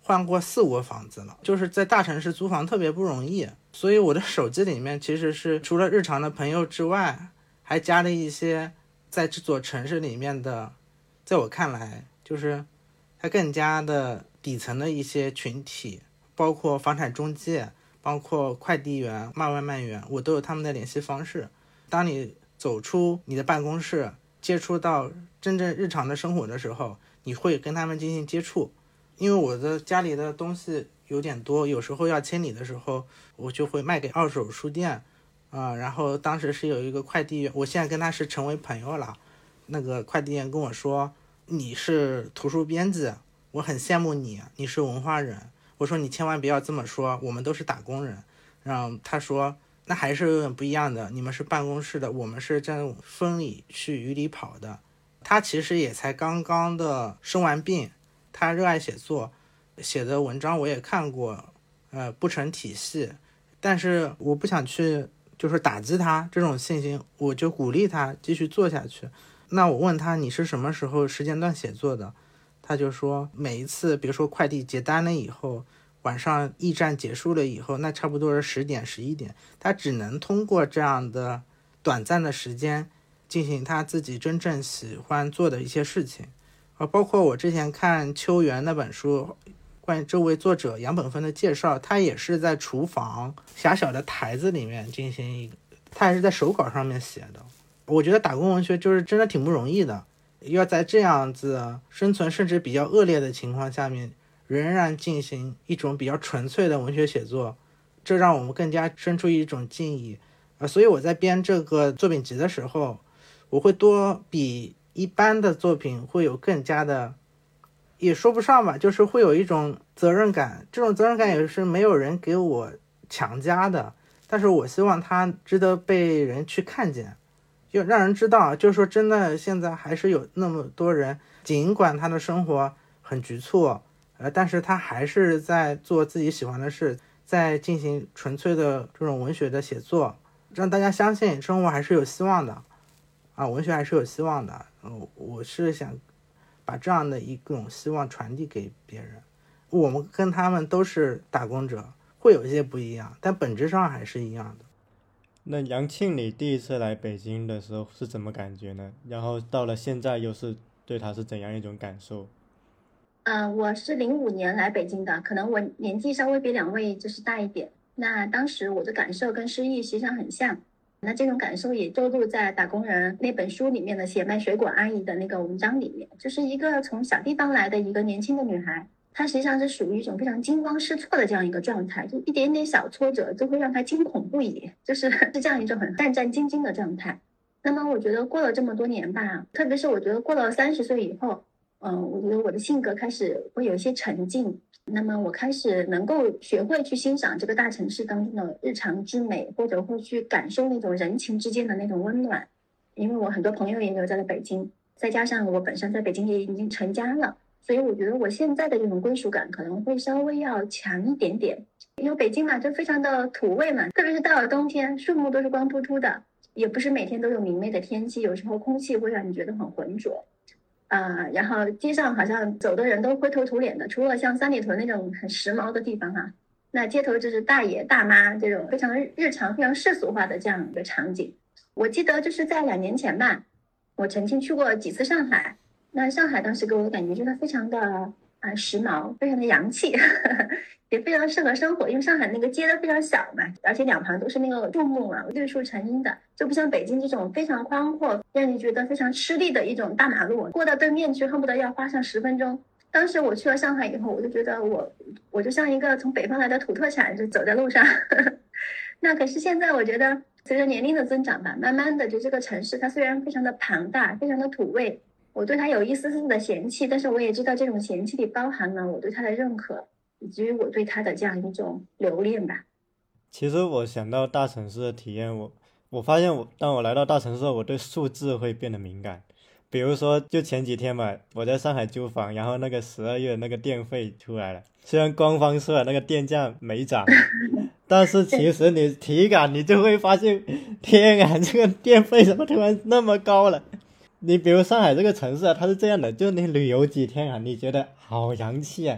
换过四窝房子了，就是在大城市租房特别不容易，所以我的手机里面其实是除了日常的朋友之外，还加了一些在这座城市里面的，在我看来就是它更加的底层的一些群体，包括房产中介，包括快递员、卖外卖员，我都有他们的联系方式。当你走出你的办公室，接触到真正日常的生活的时候，你会跟他们进行接触。因为我的家里的东西有点多，有时候要清理的时候，我就会卖给二手书店啊、呃。然后当时是有一个快递员，我现在跟他是成为朋友了。那个快递员跟我说，你是图书编辑，我很羡慕你，你是文化人。我说你千万不要这么说，我们都是打工人。然后他说那还是有点不一样的，你们是办公室的，我们是这种风里去雨里跑的。他其实也才刚刚的生完病，他热爱写作，写的文章我也看过，呃，不成体系，但是我不想去就是打击他这种信心，我就鼓励他继续做下去。那我问他你是什么时候时间段写作的，他就说每一次比如说快递结单了以后，晚上驿站结束了以后，那差不多是十点十一点，他只能通过这样的短暂的时间进行他自己真正喜欢做的一些事情。啊，包括我之前看秋园那本书，关于这位作者杨本芬的介绍，他也是在厨房狭小的台子里面进行一个，他还是在手稿上面写的。我觉得打工文学就是真的挺不容易的，要在这样子生存甚至比较恶劣的情况下面，仍然进行一种比较纯粹的文学写作，这让我们更加生出一种敬意。呃，所以我在编这个作品集的时候，我会多比一般的作品会有更加的，也说不上吧，就是会有一种责任感，这种责任感也是没有人给我强加的，但是我希望它值得被人去看见，就让人知道，就是说真的现在还是有那么多人，尽管他的生活很局促，呃，但是他还是在做自己喜欢的事，在进行纯粹的这种文学的写作，让大家相信生活还是有希望的啊，文学还是有希望的。嗯，我是想把这样的一种希望传递给别人。我们跟他们都是打工者，会有一些不一样，但本质上还是一样的。 那杨庆你第一次来北京的时候是怎么感觉呢？然后到了现在又是对他是怎样一种感受？ 嗯、呃，我是零五年来北京的，可能我年纪稍微比两位就是大一点。那当时我的感受跟诗意实际上很像，那这种感受也收录在《打工人》那本书里面的写卖水果阿姨的那个文章里面。就是一个从小地方来的一个年轻的女孩，她实际上是属于一种非常惊慌失措的这样一个状态，就一点点小挫折就会让她惊恐不已，就是是这样一种很战战兢兢的状态。那么我觉得过了这么多年吧，特别是我觉得过了三十岁以后，嗯、呃，我觉得我的性格开始会有一些沉静。那么我开始能够学会去欣赏这个大城市当中的日常之美，或者会去感受那种人情之间的那种温暖。因为我很多朋友也留在了北京，再加上我本身在北京也已经成家了，所以我觉得我现在的这种归属感可能会稍微要强一点点。因为北京嘛，就非常的土味嘛，特别是到了冬天，树木都是光秃秃的，也不是每天都有明媚的天气，有时候空气会让你觉得很浑浊。呃，然后街上好像走的人都灰头土脸的，除了像三里屯那种很时髦的地方哈、啊，那街头就是大爷大妈这种非常日常、非常世俗化的这样一个场景。我记得就是在两年前吧，我曾经去过几次上海，那上海当时给我的感觉就是非常的啊、呃、时髦，非常的洋气，呵呵，也非常适合生活，因为上海那个街都非常小嘛，而且两旁都是那个树木嘛，绿树成荫的，就不像北京这种非常宽阔，让你觉得非常吃力的一种大马路，过到对面去恨不得要花上十分钟。当时我去了上海以后，我就觉得我我就像一个从北方来的土特产，就走在路上。呵呵，那可是现在我觉得随着年龄的增长吧，慢慢的就这个城市它虽然非常的庞大，非常的土味，我对它有一丝丝的嫌弃，但是我也知道这种嫌弃里包含了我对它的认可，以及于我对它的这样一种留恋吧。 其实我想到大城市的体验，我我发现我当我来到大城市后，我对数字会变得敏感。比如说就前几天吧，我在上海租房，然后那个十二月那个电费出来了，虽然官方说了那个电价没涨，但是其实你体感你就会发现，天啊，这个电费怎么突然那么高了。你比如上海这个城市啊，它是这样的，就你旅游几天啊，你觉得好洋气啊，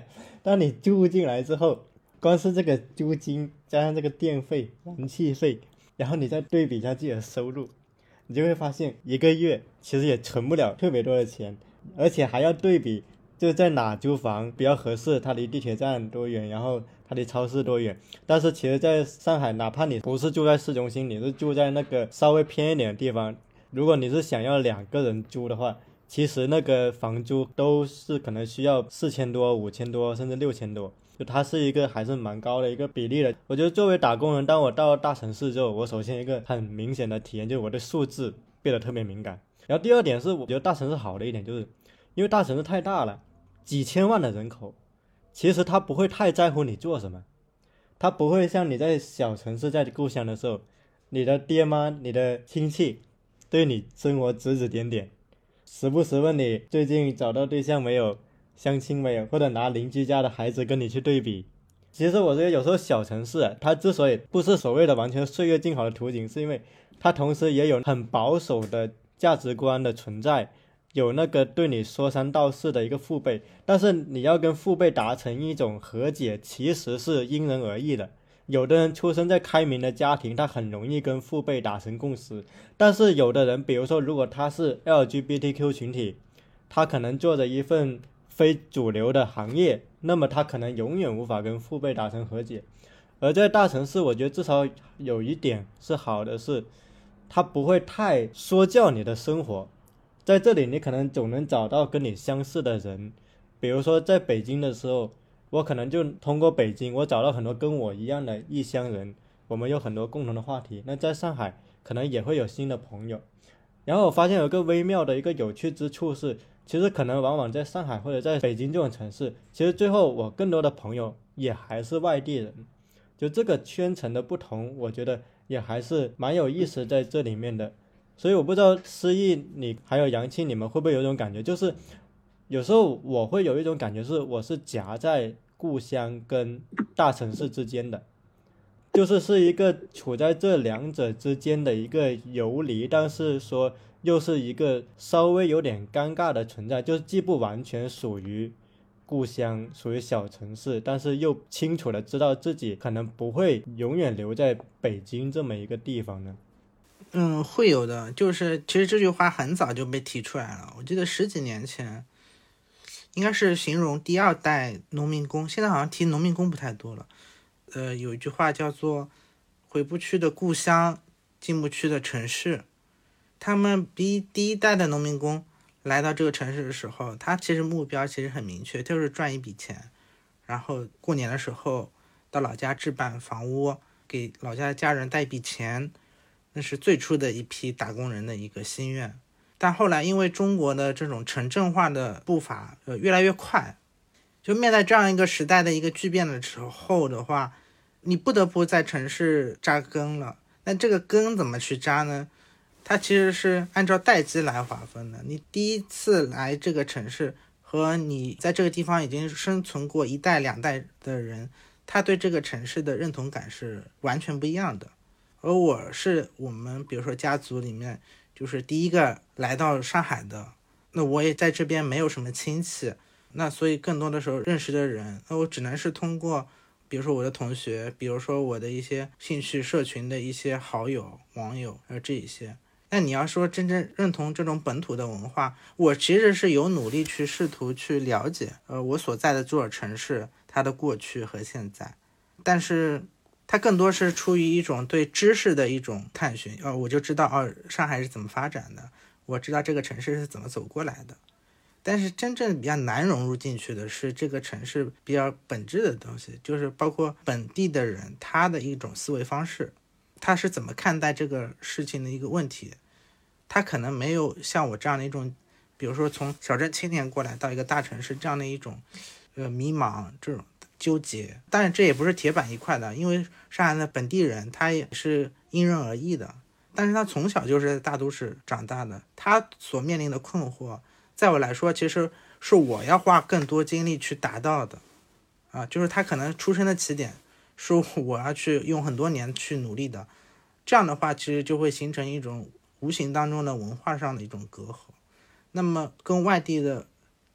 当你住进来之后，光是这个租金加上这个电费、燃气费，然后你再对比一下自己的收入，你就会发现一个月其实也存不了特别多的钱，而且还要对比就在哪租房比较合适，它离地铁站多远，然后它离超市多远。但是其实在上海，哪怕你不是住在市中心，你是住在那个稍微偏一点的地方，如果你是想要两个人租的话，其实那个房租都是可能需要四千多、五千多，甚至六千多，就它是一个还是蛮高的一个比例的。我觉得作为打工人，当我到大城市之后，我首先一个很明显的体验就是我对数字变得特别敏感。然后第二点是，我觉得大城市好的一点就是，因为大城市太大了，几千万的人口，其实他不会太在乎你做什么，他不会像你在小城市在故乡的时候，你的爹妈、你的亲戚对你生活指指点点，时不时问你最近找到对象没有，相亲没有，或者拿邻居家的孩子跟你去对比。其实我觉得有时候小城市啊，它之所以不是所谓的完全岁月静好的图景，是因为它同时也有很保守的价值观的存在，有那个对你说三道四的一个父辈，但是你要跟父辈达成一种和解，其实是因人而异的。有的人出生在开明的家庭，他很容易跟父辈达成共识，但是有的人，比如说如果他是 L G B T Q 群体，他可能做着一份非主流的行业，那么他可能永远无法跟父辈达成和解。而在大城市，我觉得至少有一点是好的，是他不会太说教你的生活，在这里你可能总能找到跟你相似的人。比如说在北京的时候，我可能就通过北京我找到很多跟我一样的异乡人，我们有很多共同的话题。那在上海可能也会有新的朋友。然后我发现有个微妙的一个有趣之处是，其实可能往往在上海或者在北京这种城市，其实最后我更多的朋友也还是外地人。就这个圈层的不同，我觉得也还是蛮有意思在这里面的。所以我不知道思逸你还有杨庆你们会不会有一种感觉，就是有时候我会有一种感觉是我是夹在故乡跟大城市之间的，就是是一个处在这两者之间的一个游离，但是说又是一个稍微有点尴尬的存在，就是既不完全属于故乡，属于小城市，但是又清楚的知道自己可能不会永远留在北京这么一个地方呢。 嗯，会有的，就是其实这句话很早就被提出来了。我记得十几年前，应该是形容第二代农民工，现在好像提农民工不太多了。呃，有一句话叫做"回不去的故乡，进不去的城市"。他们比第一代的农民工来到这个城市的时候，他其实目标其实很明确，就是赚一笔钱，然后过年的时候到老家置办房屋，给老家的家人带一笔钱。那是最初的一批打工人的一个心愿。但后来因为中国的这种城镇化的步伐呃越来越快，就面对这样一个时代的一个巨变的时候的话，你不得不在城市扎根了。那这个根怎么去扎呢？它其实是按照代际来划分的。你第一次来这个城市和你在这个地方已经生存过一代两代的人，他对这个城市的认同感是完全不一样的。而我是我们比如说家族里面就是第一个来到上海的，那我也在这边没有什么亲戚，那所以更多的时候认识的人，那我只能是通过比如说我的同学，比如说我的一些兴趣社群的一些好友网友呃这一些。那你要说真正认同这种本土的文化，我其实是有努力去试图去了解呃我所在的这座城市它的过去和现在，但是它更多是出于一种对知识的一种探寻。哦，我就知道哦，上海是怎么发展的，我知道这个城市是怎么走过来的。但是真正比较难融入进去的是这个城市比较本质的东西，就是包括本地的人他的一种思维方式，他是怎么看待这个事情的一个问题。他可能没有像我这样的一种，比如说从小镇青年过来到一个大城市这样的一种呃迷茫，这种纠结。当然这也不是铁板一块的，因为上海的本地人他也是因人而异的，但是他从小就是在大都市长大的，他所面临的困惑在我来说其实是我要花更多精力去达到的啊，就是他可能出生的起点是我要去用很多年去努力的。这样的话其实就会形成一种无形当中的文化上的一种隔阂。那么跟外地的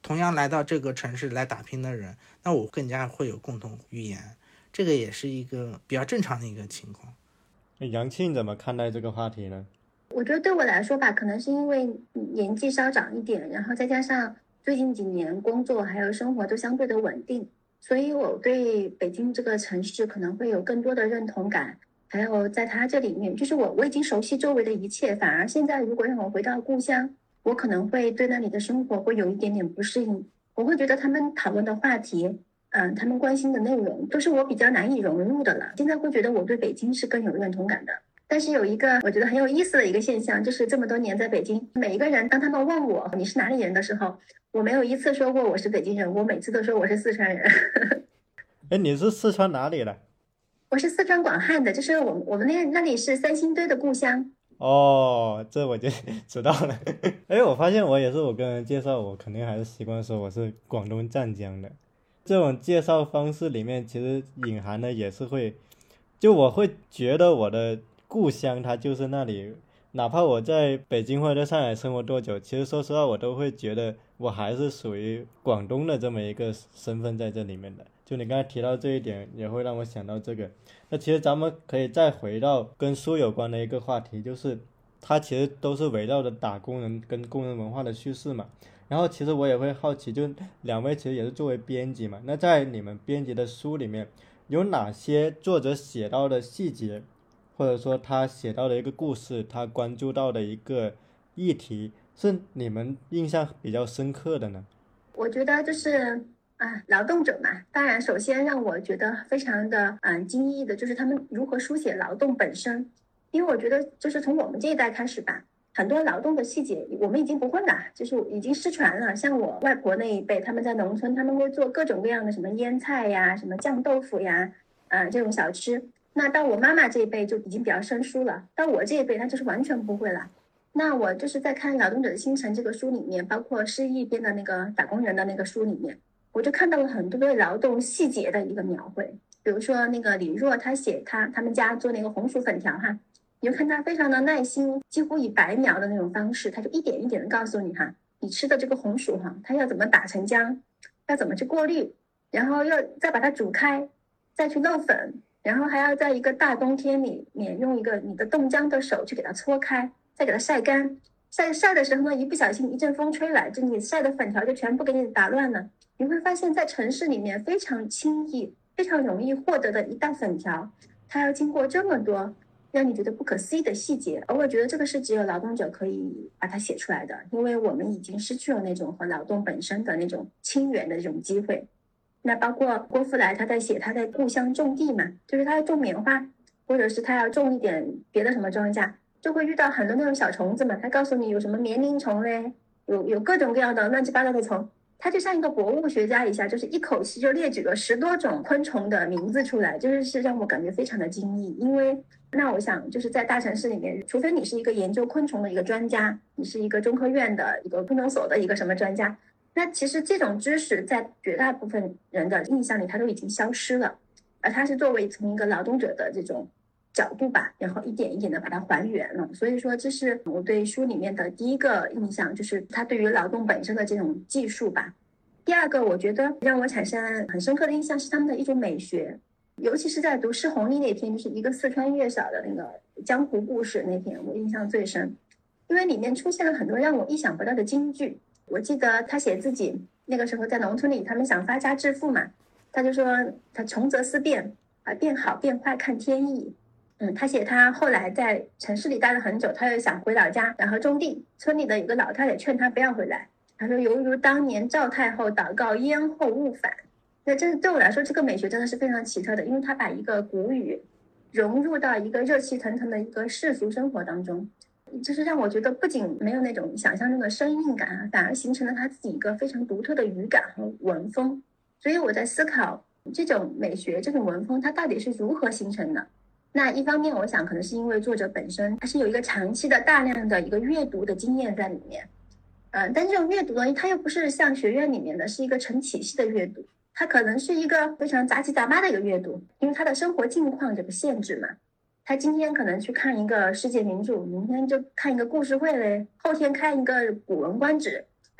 同样来到这个城市来打拼的人，那我更加会有共同语言，这个也是一个比较正常的一个情况。 杨庆怎么看待这个话题呢？ 我觉得对我来说吧，可能是因为年纪稍长一点，然后再加上最近几年工作还有生活都相对的稳定，所以我对北京这个城市可能会有更多的认同感。还有在它这里面，就是我我已经熟悉周围的一切，反而现在如果让我回到故乡，我可能会对那里的生活会有一点点不适应。我会觉得他们讨论的话题，嗯，他们关心的内容都是我比较难以融入的了。现在会觉得我对北京是更有认同感的。但是有一个我觉得很有意思的一个现象，就是这么多年在北京，每一个人当他们问我你是哪里人的时候，我没有一次说过我是北京人，我每次都说我是四川人。 哎，你是四川哪里的？ 我是四川广汉的，就是我们我们那那里是三星堆的故乡。 哦，这我就知道了。哎，我发现我也是，我跟人介绍，我肯定还是习惯说我是广东湛江的。这种介绍方式里面，其实隐含的也是会，就我会觉得我的故乡它就是那里，哪怕我在北京或者在上海生活多久，其实说实话，我都会觉得我还是属于广东的这么一个身份在这里面的。就你刚才提到这一点，也会让我想到这个。那其实咱们可以再回到跟书有关的一个话题，就是它其实都是围绕着打工人跟工人文化的叙事嘛。然后其实我也会好奇，就两位其实也是作为编辑嘛，那在你们编辑的书里面，有哪些作者写到的细节，或者说他写到的一个故事，他关注到的一个议题，是你们印象比较深刻的呢？ 我觉得就是啊，劳动者嘛，当然首先让我觉得非常的嗯惊异的就是他们如何书写劳动本身，因为我觉得就是从我们这一代开始吧，很多劳动的细节我们已经不会了，就是已经失传了。像我外婆那一辈，他们在农村，他们会做各种各样的什么腌菜呀，什么酱豆腐呀，啊这种小吃。那到我妈妈这一辈就已经比较生疏了，到我这一辈那就是完全不会了。那我就是在看《劳动者的新城》这个书里面，包括施毅编的那个打工人的那个书里面，我就看到了很多对劳动细节的一个描绘。比如说那个李若，他写他他们家做那个红薯粉条哈，你就看他非常的耐心，几乎以白描的那种方式，他就一点一点的告诉你哈，你吃的这个红薯哈，它要怎么打成浆，要怎么去过滤，然后要再把它煮开，再去漏粉，然后还要在一个大冬天里面用一个你的冻浆的手去给它搓开，再给它晒干。晒晒的时候呢，一不小心一阵风吹来，就你晒的粉条就全部给你打乱了。你会发现在城市里面非常轻易非常容易获得的一袋粉条，它要经过这么多让你觉得不可思议的细节，而我觉得这个是只有劳动者可以把它写出来的，因为我们已经失去了那种和劳动本身的那种亲缘的这种机会。那包括郭富来他在写他在故乡种地嘛，就是他要种棉花，或者是他要种一点别的什么庄稼，就会遇到很多那种小虫子嘛，他告诉你有什么棉铃虫嘞，有有各种各样的乱七八糟的虫，他就像一个博物学家一下，就是一口气就列举了十多种昆虫的名字出来，就是是让我感觉非常的惊异。因为那我想就是在大城市里面，除非你是一个研究昆虫的一个专家，你是一个中科院的一个昆虫所的一个什么专家，那其实这种知识在绝大部分人的印象里它都已经消失了，而它是作为从一个劳动者的这种角度吧，然后一点一点的把它还原了。所以说这是我对书里面的第一个印象，就是它对于劳动本身的这种技术吧。第二个我觉得让我产生很深刻的印象是他们的一种美学，尤其是在读施弘历那篇，就是一个四川月嫂的那个江湖故事那篇，我印象最深，因为里面出现了很多让我意想不到的金句。我记得他写自己那个时候在农村里，他们想发家致富嘛，他就说他穷则思变啊，变好变坏看天意。嗯，他写他后来在城市里待了很久，他又想回老家，然后种地，村里的一个老太太劝他不要回来，他说犹如当年赵太后祷告燕后勿返。那这对我来说这个美学真的是非常奇特的，因为他把一个古语融入到一个热气腾腾的一个世俗生活当中，就是让我觉得不仅没有那种想象中的生硬感啊，反而形成了他自己一个非常独特的语感和文风。所以我在思考这种美学这种文风它到底是如何形成的。那一方面我想可能是因为作者本身他是有一个长期的大量的一个阅读的经验在里面，呃，但这种阅读呢它又不是像学院里面的是一个成体系的阅读，它可能是一个非常杂七杂八的一个阅读，因为他的生活境况这个限制嘛，他今天可能去看一个世界名著，明天就看一个故事会嘞，后天看一个古文观止，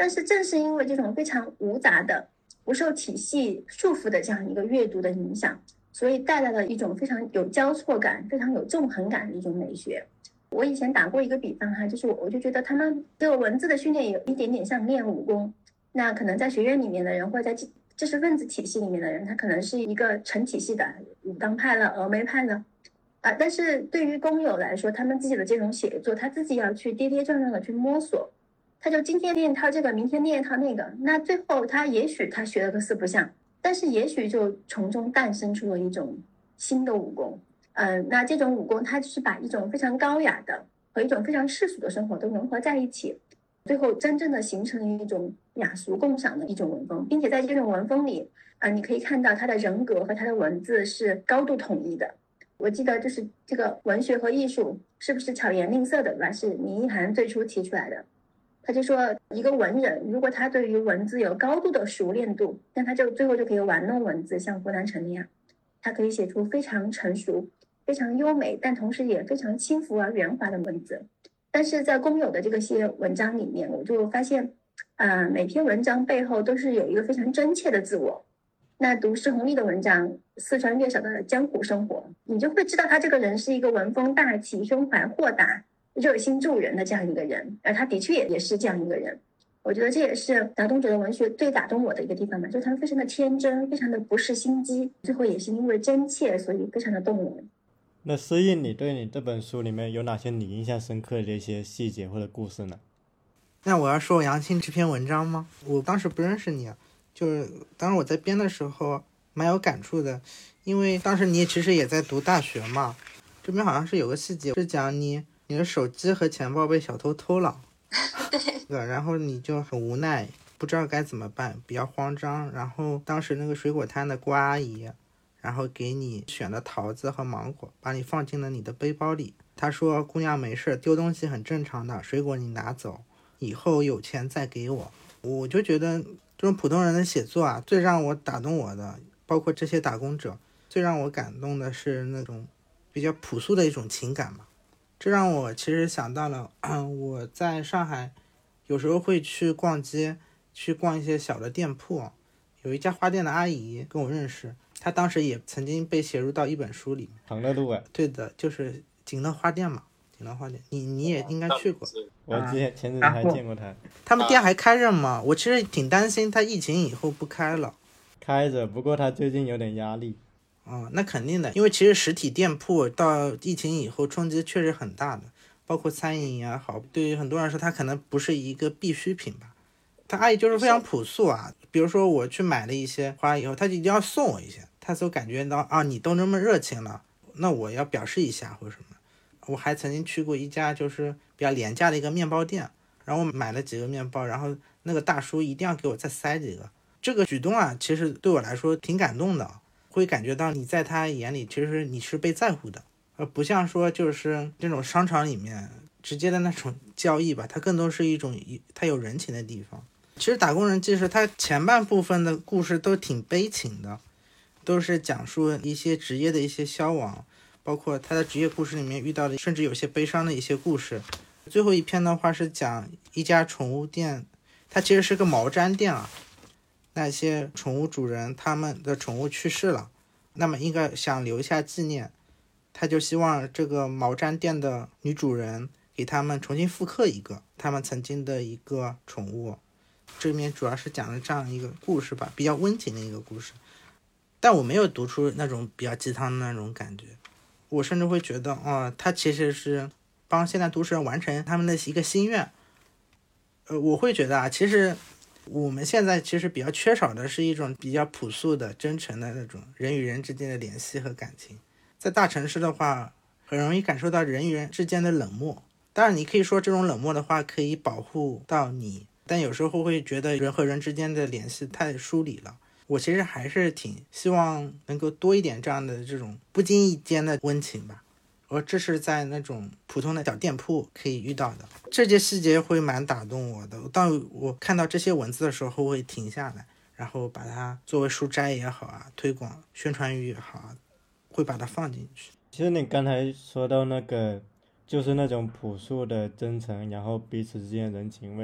但是正是因为这种非常无杂的、不受体系束缚的这样一个阅读的影响，所以带来了一种非常有交错感、非常有纵横感的一种美学。我以前打过一个比方哈，就是我我就觉得他们这个文字的训练有一点点像练武功。那可能在学院里面的人，或者在知识分子体系里面的人，他可能是一个成体系的武当派了、峨眉派了啊。但是对于工友来说，他们自己的这种写作，他自己要去跌跌撞撞的去摸索。他就今天练一套这个，明天练一套那个，那最后他也许他学了个四不像，但是也许就从中诞生出了一种新的武功。嗯、呃，那这种武功，它就是把一种非常高雅的和一种非常世俗的生活都融合在一起，最后真正的形成了一种雅俗共赏的一种文风，并且在这种文风里，啊、呃，你可以看到他的人格和他的文字是高度统一的。我记得就是这个文学和艺术是不是巧言令色的，对吧？是倪一涵最初提出来的。他就说，一个文人如果他对于文字有高度的熟练度，那他就最后就可以玩弄文字，像胡兰成那样，他可以写出非常成熟、非常优美，但同时也非常轻浮而圆滑的文字。但是在工友的这个些文章里面，我就发现，呃，每篇文章背后都是有一个非常真切的自我。那读施宏立的文章《四川月嫂的江湖生活》，你就会知道他这个人是一个文风大气、胸怀豁达、热心助人的这样一个人，而他的确也也是这样一个人。我觉得这也是打动者的文学最打动我的一个地方吧，就是他们非常的天真，非常的不失心机，最后也是因为真切，所以非常的动人。 那诗意，你对你这本书里面有哪些你印象深刻的一些细节或者故事呢？ 那我要说杨青这篇文章吗？我当时不认识你，就是当时我在编的时候蛮有感触的，因为当时你其实也在读大学嘛。这边好像是有个细节是讲你你的手机和钱包被小偷偷了，对，然后你就很无奈，不知道该怎么办，比较慌张。然后当时那个水果摊的郭阿姨，然后给你选的桃子和芒果，把你放进了你的背包里。她说：“姑娘没事，丢东西很正常的，水果你拿走，以后有钱再给我。”我就觉得这种普通人的写作啊，最让我打动我的，包括这些打工者，最让我感动的是那种比较朴素的一种情感嘛。这让我其实想到了，嗯，我在上海有时候会去逛街，去逛一些小的店铺，有一家花店的阿姨跟我认识，她当时也曾经被写入到一本书里面。 长乐路哎， 对的，就是景乐花店嘛，景乐花店，你你也应该去过。 我之前前几天还见过他。 他们店还开着吗？我其实挺担心他疫情以后不开了。 开着，不过他最近有点压力。 哦，那肯定的，因为其实实体店铺到疫情以后冲击确实很大的，包括餐饮也好，对于很多人说它可能不是一个必需品吧。他阿姨就是非常朴素啊，比如说我去买了一些花以后，他就一定要送我一些，他就感觉到啊，你都那么热情了，那我要表示一下或者什么。我还曾经去过一家就是比较廉价的一个面包店，然后我买了几个面包，然后那个大叔一定要给我再塞几个。这个举动啊，其实对我来说挺感动的，会感觉到你在他眼里其实你是被在乎的，而不像说就是这种商场里面直接的那种交易吧，它更多是一种它有人情的地方。其实打工人记事它前半部分的故事都挺悲情的，都是讲述一些职业的一些消亡，包括他的职业故事里面遇到的甚至有些悲伤的一些故事。最后一篇的话是讲一家宠物店，它其实是个毛毡店啊，那些宠物主人他们的宠物去世了，那么应该想留下纪念，他就希望这个毛毡店的女主人给他们重新复刻一个他们曾经的一个宠物。这里面主要是讲了这样一个故事吧，比较温情的一个故事，但我没有读出那种比较鸡汤的那种感觉，我甚至会觉得哦，他其实是帮现代都市人完成他们的一个心愿。呃，我会觉得啊，其实我们现在其实比较缺少的是一种比较朴素的真诚的那种人与人之间的联系和感情。在大城市的话很容易感受到人与人之间的冷漠，当然你可以说这种冷漠的话可以保护到你，但有时候会觉得人和人之间的联系太疏离了。我其实还是挺希望能够多一点这样的这种不经意间的温情吧，而这是在那种普通的小店铺可以遇到的，这些细节会蛮打动我的。当我看到这些文字的时候会停下来，然后把它作为书斋也好啊，推广宣传语也好啊，会把它放进去。 其实你刚才说到那个就是那种朴素的真诚，然后彼此之间的人情味，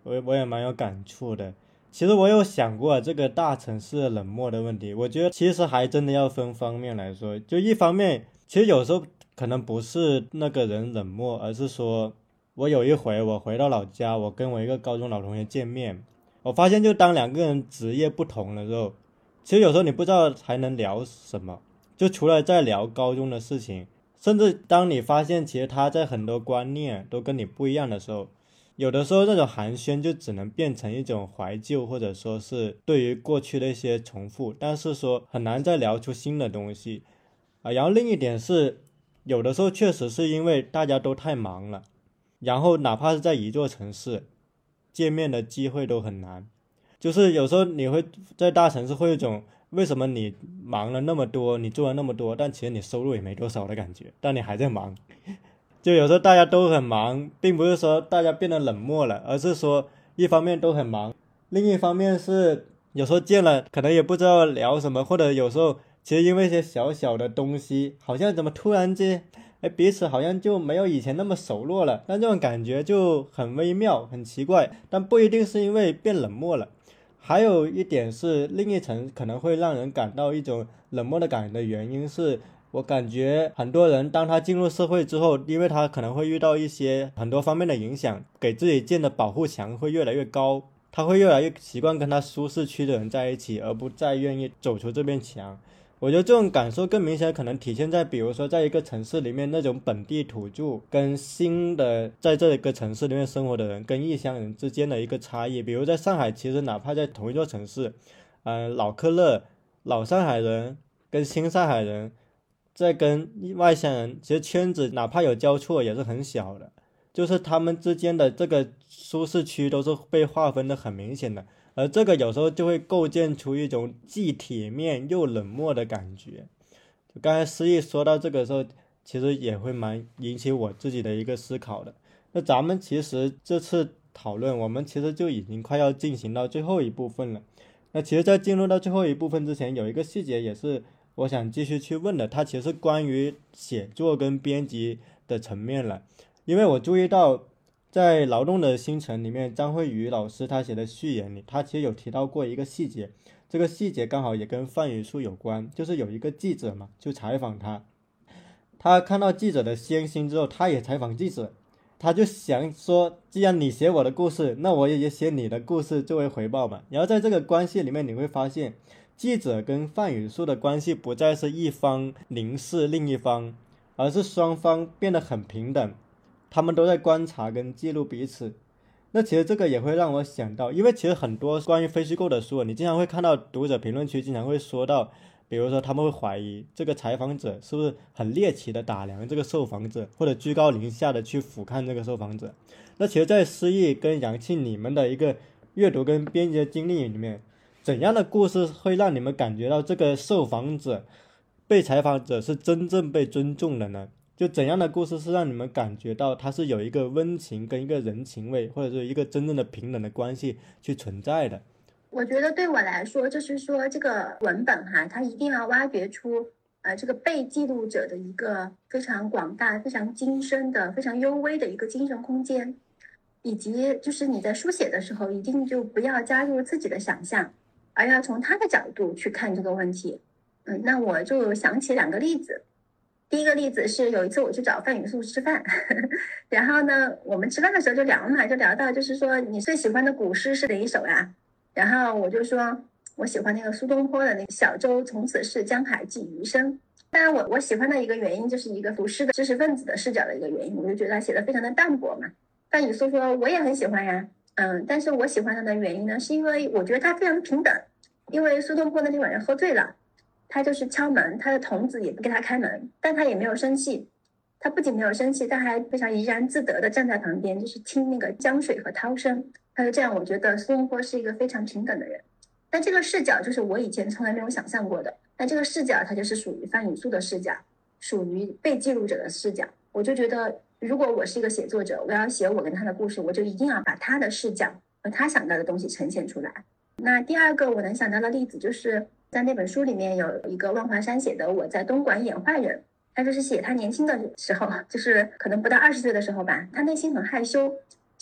我我也蛮有感触的。其实我有想过这个大城市冷漠的问题，我觉得其实还真的要分方面来说。就一方面，其实有时候可能不是那个人冷漠，而是说我有一回我回到老家，我跟我一个高中老同学见面，我发现就当两个人职业不同的时候，其实有时候你不知道还能聊什么，就除了在聊高中的事情，甚至当你发现其实他在很多观念都跟你不一样的时候，有的时候这种寒暄就只能变成一种怀旧，或者说是对于过去的一些重复，但是说很难再聊出新的东西啊。然后另一点是，有的时候确实是因为大家都太忙了，然后哪怕是在一座城市，见面的机会都很难。就是有时候你会在大城市会有一种为什么你忙了那么多，你做了那么多，但其实你收入也没多少的感觉，但你还在忙。就有时候大家都很忙，并不是说大家变得冷漠了，而是说一方面都很忙，另一方面是有时候见了可能也不知道聊什么，或者有时候其实因为一些小小的东西，好像怎么突然间哎彼此好像就没有以前那么熟络了，但这种感觉就很微妙很奇怪，但不一定是因为变冷漠了。还有一点是另一层可能会让人感到一种冷漠的感觉的原因是，我感觉很多人当他进入社会之后，因为他可能会遇到一些很多方面的影响，给自己建的保护墙会越来越高，他会越来越习惯跟他舒适区的人在一起，而不再愿意走出这面墙。我觉得这种感受更明显可能体现在比如说在一个城市里面那种本地土著跟新的在这个城市里面生活的人跟异乡人之间的一个差异。比如在上海，其实哪怕在同一座城市，呃，老克勒老上海人跟新上海人在跟外乡人，其实圈子哪怕有交错也是很小的，就是他们之间的这个舒适区都是被划分的很明显的，而这个有时候就会构建出一种既铁面又冷漠的感觉。就刚才诗意说到这个时候，其实也会蛮引起我自己的一个思考的。那咱们其实这次讨论，我们其实就已经快要进行到最后一部分了。那其实在进入到最后一部分之前，有一个细节也是我想继续去问的，它其实是关于写作跟编辑的层面了。因为我注意到在《劳动的星辰》里面，张慧宇老师他写的序言里，他其实有提到过一个细节，这个细节刚好也跟范语素有关，就是有一个记者嘛，就采访他，他看到记者的先心之后，他也采访记者，他就想说，既然你写我的故事，那我也写你的故事作为回报嘛。然后在这个关系里面，你会发现记者跟范语素的关系不再是一方凝视另一方，而是双方变得很平等，他们都在观察跟记录彼此。那其实这个也会让我想到，因为其实很多关于非虚构的书，你经常会看到读者评论区经常会说到，比如说他们会怀疑这个采访者是不是很猎奇的打量这个受访者，或者居高临下的去俯瞰这个受访者。那其实在诗意跟杨庆你们的一个阅读跟编辑的经历里面，怎样的故事会让你们感觉到这个受访者被采访者是真正被尊重的呢？就怎样的故事是让你们感觉到它是有一个温情跟一个人情味，或者是一个真正的平等的关系去存在的？ 我觉得对我来说，就是说这个文本哈，它一定要挖掘出呃这个被记录者的一个非常广大、非常精深的、非常幽微的一个精神空间，以及就是你在书写的时候，一定就不要加入自己的想象，而要从他的角度去看这个问题。嗯，那我就想起两个例子。第一个例子是有一次我去找范语素吃饭，呵呵，然后呢，我们吃饭的时候就聊嘛，就聊到就是说你最喜欢的古诗是哪一首呀？然后我就说我喜欢那个苏东坡的那个小舟从此逝，江海寄余生。当然我我喜欢的一个原因就是一个读诗的知识分子的视角的一个原因，我就觉得他写的非常的淡泊嘛。范语素说我也很喜欢呀，嗯，但是我喜欢他的原因呢，是因为我觉得他非常平等。因为苏东坡那天晚上喝醉了，他就是敲门，他的童子也不给他开门，但他也没有生气。他不仅没有生气，他还非常怡然自得的站在旁边，就是听那个江水和涛声。他就这样，我觉得苏东坡是一个非常平等的人。但这个视角就是我以前从来没有想象过的。但这个视角它就是属于范语素的视角，属于被记录者的视角。我就觉得，如果我是一个写作者，我要写我跟他的故事，我就一定要把他的视角和他想到的东西呈现出来。那第二个我能想到的例子就是在那本书里面有一个万华山写的我在东莞演坏人，他就是写他年轻的时候，就是可能不到二十岁的时候吧，他内心很害羞，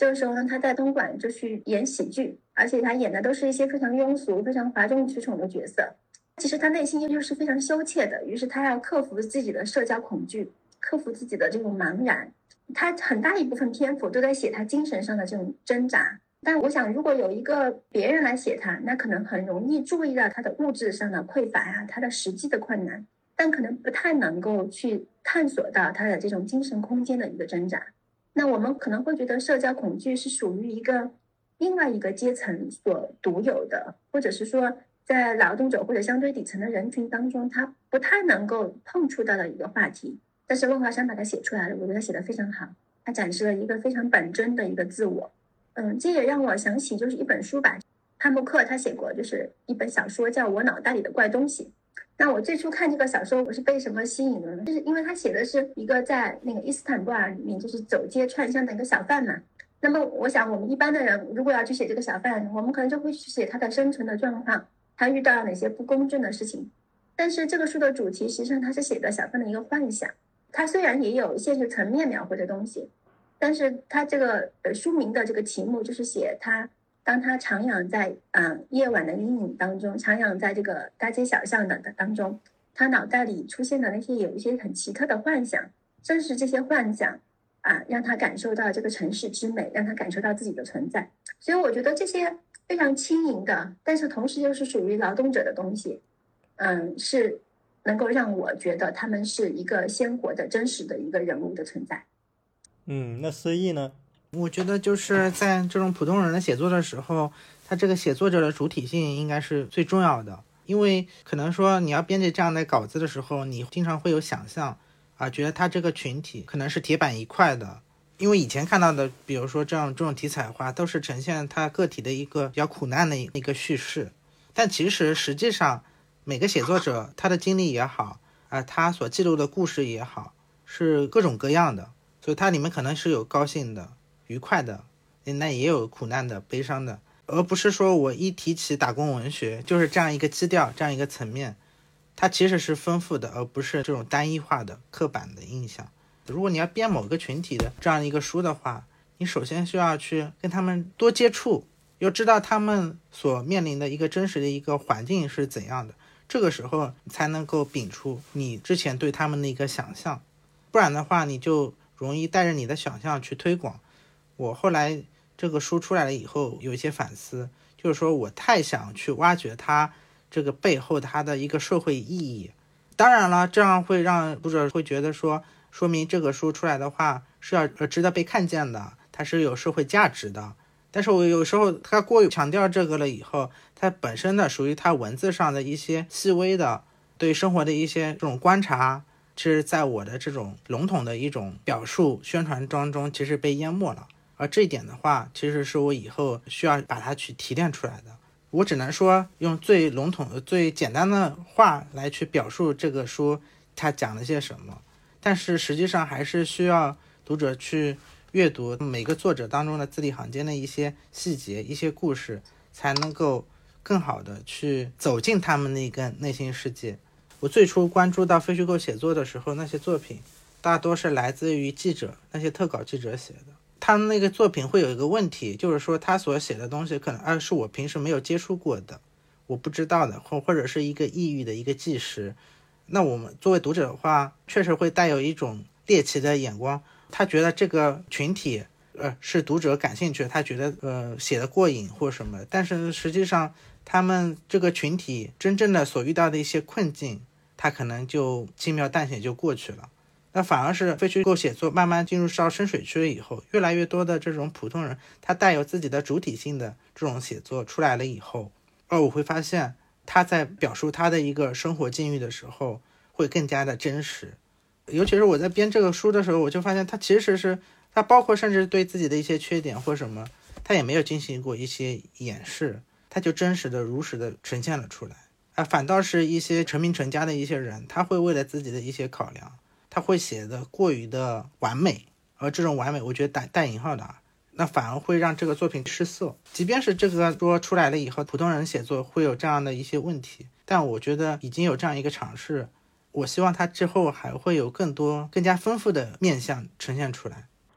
这个时候呢，他在东莞就去演喜剧，而且他演的都是一些非常庸俗、非常哗众取宠的角色。其实他内心又是非常羞怯的，于是他要克服自己的社交恐惧，克服自己的这种茫然。他很大一部分篇幅都在写他精神上的这种挣扎。但我想，如果有一个别人来写他，那可能很容易注意到他的物质上的匮乏呀、啊，他的实际的困难，但可能不太能够去探索到他的这种精神空间的一个挣扎。那我们可能会觉得社交恐惧是属于一个另外一个阶层所独有的，或者是说在劳动者或者相对底层的人群当中，他不太能够碰触到的一个话题。但是孟华山把它写出来了，我觉得写得非常好，他展示了一个非常本真的一个自我。嗯，这也让我想起就是一本书吧，汉默克他写过，就是一本小说叫《我脑袋里的怪东西》。那我最初看这个小说，我是被什么吸引的呢？就是因为他写的是一个在那个伊斯坦布尔里面就是走街串巷的一个小贩嘛。那么我想我们一般的人如果要去写这个小贩，我们可能就会去写他的生存的状况，他遇到了哪些不公正的事情。但是这个书的主题实际上他是写的小贩的一个幻想，他虽然也有现实层面描绘的东西，但是他这个呃书名的这个题目就是写他当他徜徉在嗯、呃、夜晚的阴影当中，徜徉在这个大街小巷的当中，他脑袋里出现的那些有一些很奇特的幻想，正是这些幻想啊，让他感受到这个城市之美，让他感受到自己的存在。所以我觉得这些非常轻盈的，但是同时又是属于劳动者的东西，嗯，是能够让我觉得他们是一个鲜活的真实的一个人物的存在。 嗯，那诗意呢？ 我觉得就是在这种普通人的写作的时候，他这个写作者的主体性应该是最重要的。因为可能说你要编辑这样的稿子的时候，你经常会有想象啊，觉得他这个群体可能是铁板一块的。因为以前看到的比如说这样这种题材化都是呈现他个体的一个比较苦难的一个叙事，但其实实际上每个写作者他的经历也好啊，他所记录的故事也好，是各种各样的，所以它里面可能是有高兴的愉快的，那也有苦难的悲伤的，而不是说我一提起打工文学就是这样一个基调，这样一个层面，它其实是丰富的，而不是这种单一化的刻板的印象。如果你要编某个群体的这样一个书的话，你首先需要去跟他们多接触，要知道他们所面临的一个真实的一个环境是怎样的，这个时候才能够摒出你之前对他们的一个想象，不然的话你就容易带着你的想象去推广。我后来这个书出来了以后有一些反思，就是说我太想去挖掘它这个背后它的一个社会意义。当然了，这样会让读者会觉得说，说明这个书出来的话是要值得被看见的，它是有社会价值的。但是我有时候它过于强调这个了以后，它本身的属于它文字上的一些细微的对生活的一些这种观察，其实在我的这种笼统的一种表述宣传当中其实被淹没了。而这一点的话，其实是我以后需要把它去提炼出来的。我只能说用最笼统的最简单的话来去表述这个书它讲了些什么，但是实际上还是需要读者去阅读每个作者当中的字里行间的一些细节一些故事，才能够更好的去走进他们那个内心世界。我最初关注到非虚构写作的时候，那些作品大多是来自于记者，那些特稿记者写的。他那个作品会有一个问题，就是说他所写的东西可能啊是我平时没有接触过的，我不知道的，或或者是一个抑郁的一个纪实。那我们作为读者的话，确实会带有一种猎奇的眼光，他觉得这个群体呃是读者感兴趣，他觉得呃写的过瘾或什么，但是实际上他们这个群体真正的所遇到的一些困境，他可能就轻描淡写就过去了。那反而是非虚构写作慢慢进入到深水区了以后，越来越多的这种普通人，他带有自己的主体性的这种写作出来了以后，而我会发现他在表述他的一个生活境遇的时候会更加的真实。尤其是我在编这个书的时候，我就发现他其实是他包括甚至对自己的一些缺点或什么，他也没有进行过一些掩饰，他就真实的如实的呈现了出来。啊，反倒是一些成名成家的一些人，他会为了自己的一些考量，他会写的过于的完美，而这种完美我觉得带带引号的啊，那反而会让这个作品失色。即便是这个说出来了以后，普通人写作会有这样的一些问题，但我觉得已经有这样一个尝试，我希望它之后还会有更多更加丰富的面向呈现出来。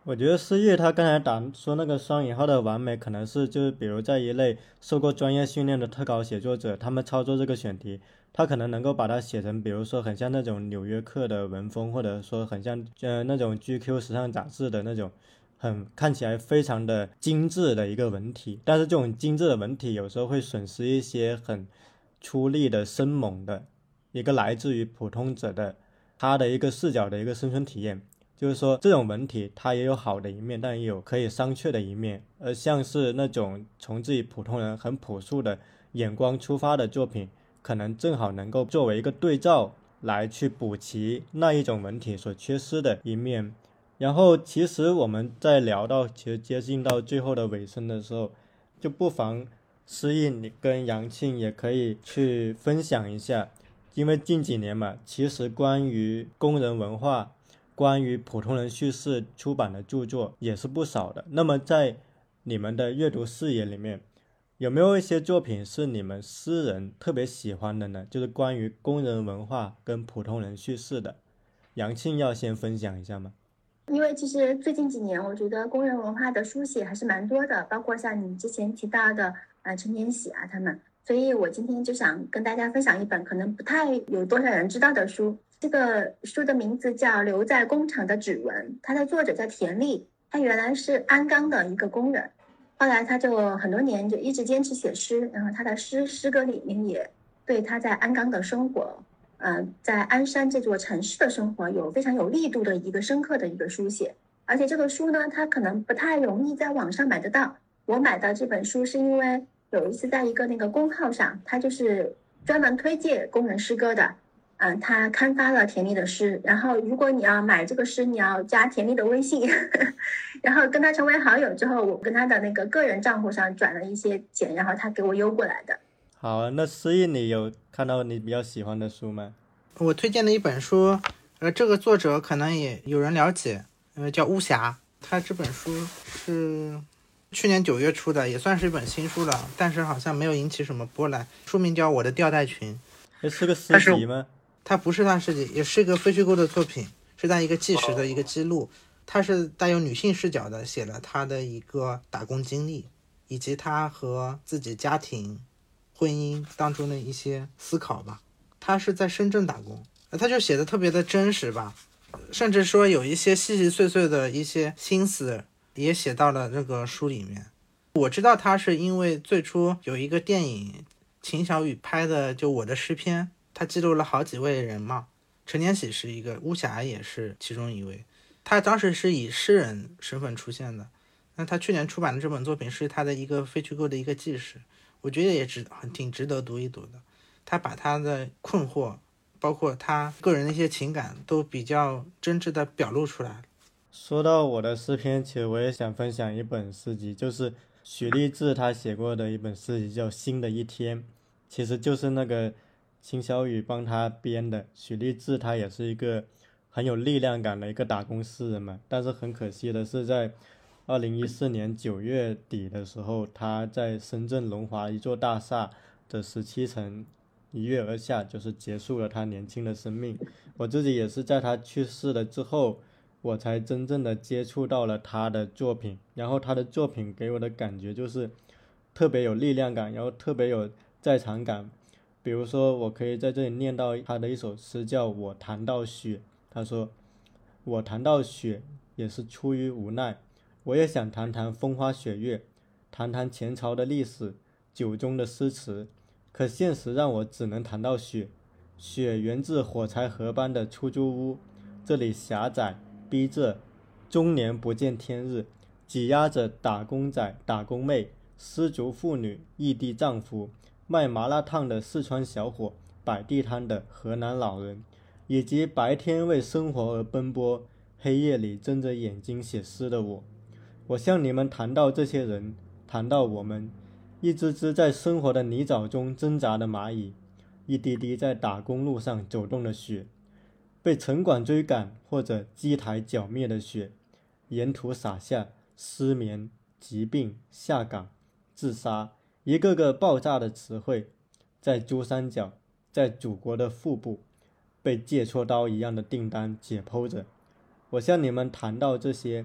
我觉得诗意他刚才打说那个双引号的完美，可能是就是比如在一类受过专业训练的特稿写作者，他们操作这个选题，他可能能够把它写成，比如说很像那种纽约客的文风，或者说很像呃那种 G Q 时尚杂志的那种很看起来非常的精致的一个文体。但是这种精致的文体有时候会损失一些很出力的生猛的一个来自于普通者的他的一个视角的一个生存体验。就是说这种文体它也有好的一面，但也有可以商榷的一面，而像是那种从自己普通人很朴素的眼光出发的作品，可能正好能够作为一个对照来去补齐那一种文体所缺失的一面。然后其实我们在聊到其实接近到最后的尾声的时候，就不妨诗意你跟杨庆也可以去分享一下，因为近几年嘛，其实关于工人文化关于普通人叙事出版的著作也是不少的。那么在你们的阅读视野里面，有没有一些作品是你们诗人特别喜欢的呢？就是关于工人文化跟普通人叙事的。杨庆要先分享一下吗？ 因为其实最近几年，我觉得工人文化的书写还是蛮多的，包括像你之前提到的啊陈年喜啊他们，所以我今天就想跟大家分享一本可能不太有多少人知道的书。这个书的名字叫《留在工厂的指纹》，它的作者叫田丽，他原来是鞍钢的一个工人，后来他就很多年就一直坚持写诗，然后他的诗诗歌里面也对他在鞍钢的生活呃，在鞍山这座城市的生活有非常有力度的一个深刻的一个书写。而且这个书呢，它可能不太容易在网上买得到，我买到这本书是因为有一次在一个那个公号上，它就是专门推荐工人诗歌的，嗯、呃，他刊发了田丽的诗，然后如果你要买这个诗，你要加田丽的微信然后跟他成为好友之后，我跟他的那个个人账户上转了一些钱，然后他给我邮过来的。 好啊，那诗意你有看到你比较喜欢的书吗？ 我推荐的一本书，呃，这个作者可能也有人了解，呃，叫巫峡。他这本书是去年九月出的，也算是一本新书了，但是好像没有引起什么波澜。书名叫《我的吊带裙》， 这是个诗集吗？ 它不是他诗集，也是一个非虚构的作品，是他一个纪实的一个记录。他是带有女性视角的，写了他的一个打工经历，以及他和自己家庭、婚姻当中的一些思考吧。他是在深圳打工，他就写的特别的真实吧，甚至说有一些细细碎碎的一些心思也写到了这个书里面。我知道他是因为最初有一个电影秦小雨拍的就我的诗篇，他记录了好几位人嘛，陈年喜是一个，巫峡也是其中一位。他当时是以诗人身份出现的，那他去年出版的这本作品是他的一个非虚构的一个纪实，我觉得也值很挺值得读一读的。他把他的困惑包括他个人的一些情感都比较真挚的表露出来。 说到我的诗篇，其实我也想分享一本诗集，就是许立志他写过的一本诗集叫《新的一天》，其实就是那个秦小雨帮他编的。许立志他也是一个很有力量感的一个打工诗人嘛，但是很可惜的是在二零一四年九月底的时候，他在深圳龙华一座大厦的十七层一跃而下，就是结束了他年轻的生命。我自己也是在他去世了之后，我才真正的接触到了他的作品，然后他的作品给我的感觉就是特别有力量感，然后特别有在场感。比如说我可以在这里念到他的一首诗叫《我谈到雪》，他说我谈到雪也是出于无奈，我也想谈谈风花雪月，谈谈前朝的历史，酒中的诗词，可现实让我只能谈到雪。雪源自火柴盒般的出租屋，这里狭窄逼仄，终年不见天日，挤压着打工仔打工妹，失足妇女异地丈夫，卖麻辣烫的四川小伙，摆地摊的河南老人，以及白天为生活而奔波，黑夜里睁着眼睛写诗的我。我向你们谈到这些人，谈到我们，一只只在生活的泥沼中挣扎的蚂蚁，一滴滴在打工路上走动的雪，被城管追赶或者机台剿灭的雪，沿途洒下失眠、疾病、下岗、自杀，一个个爆炸的词汇，在珠三角，在祖国的腹部，被借锉刀一样的订单解剖着。我向你们谈到这些，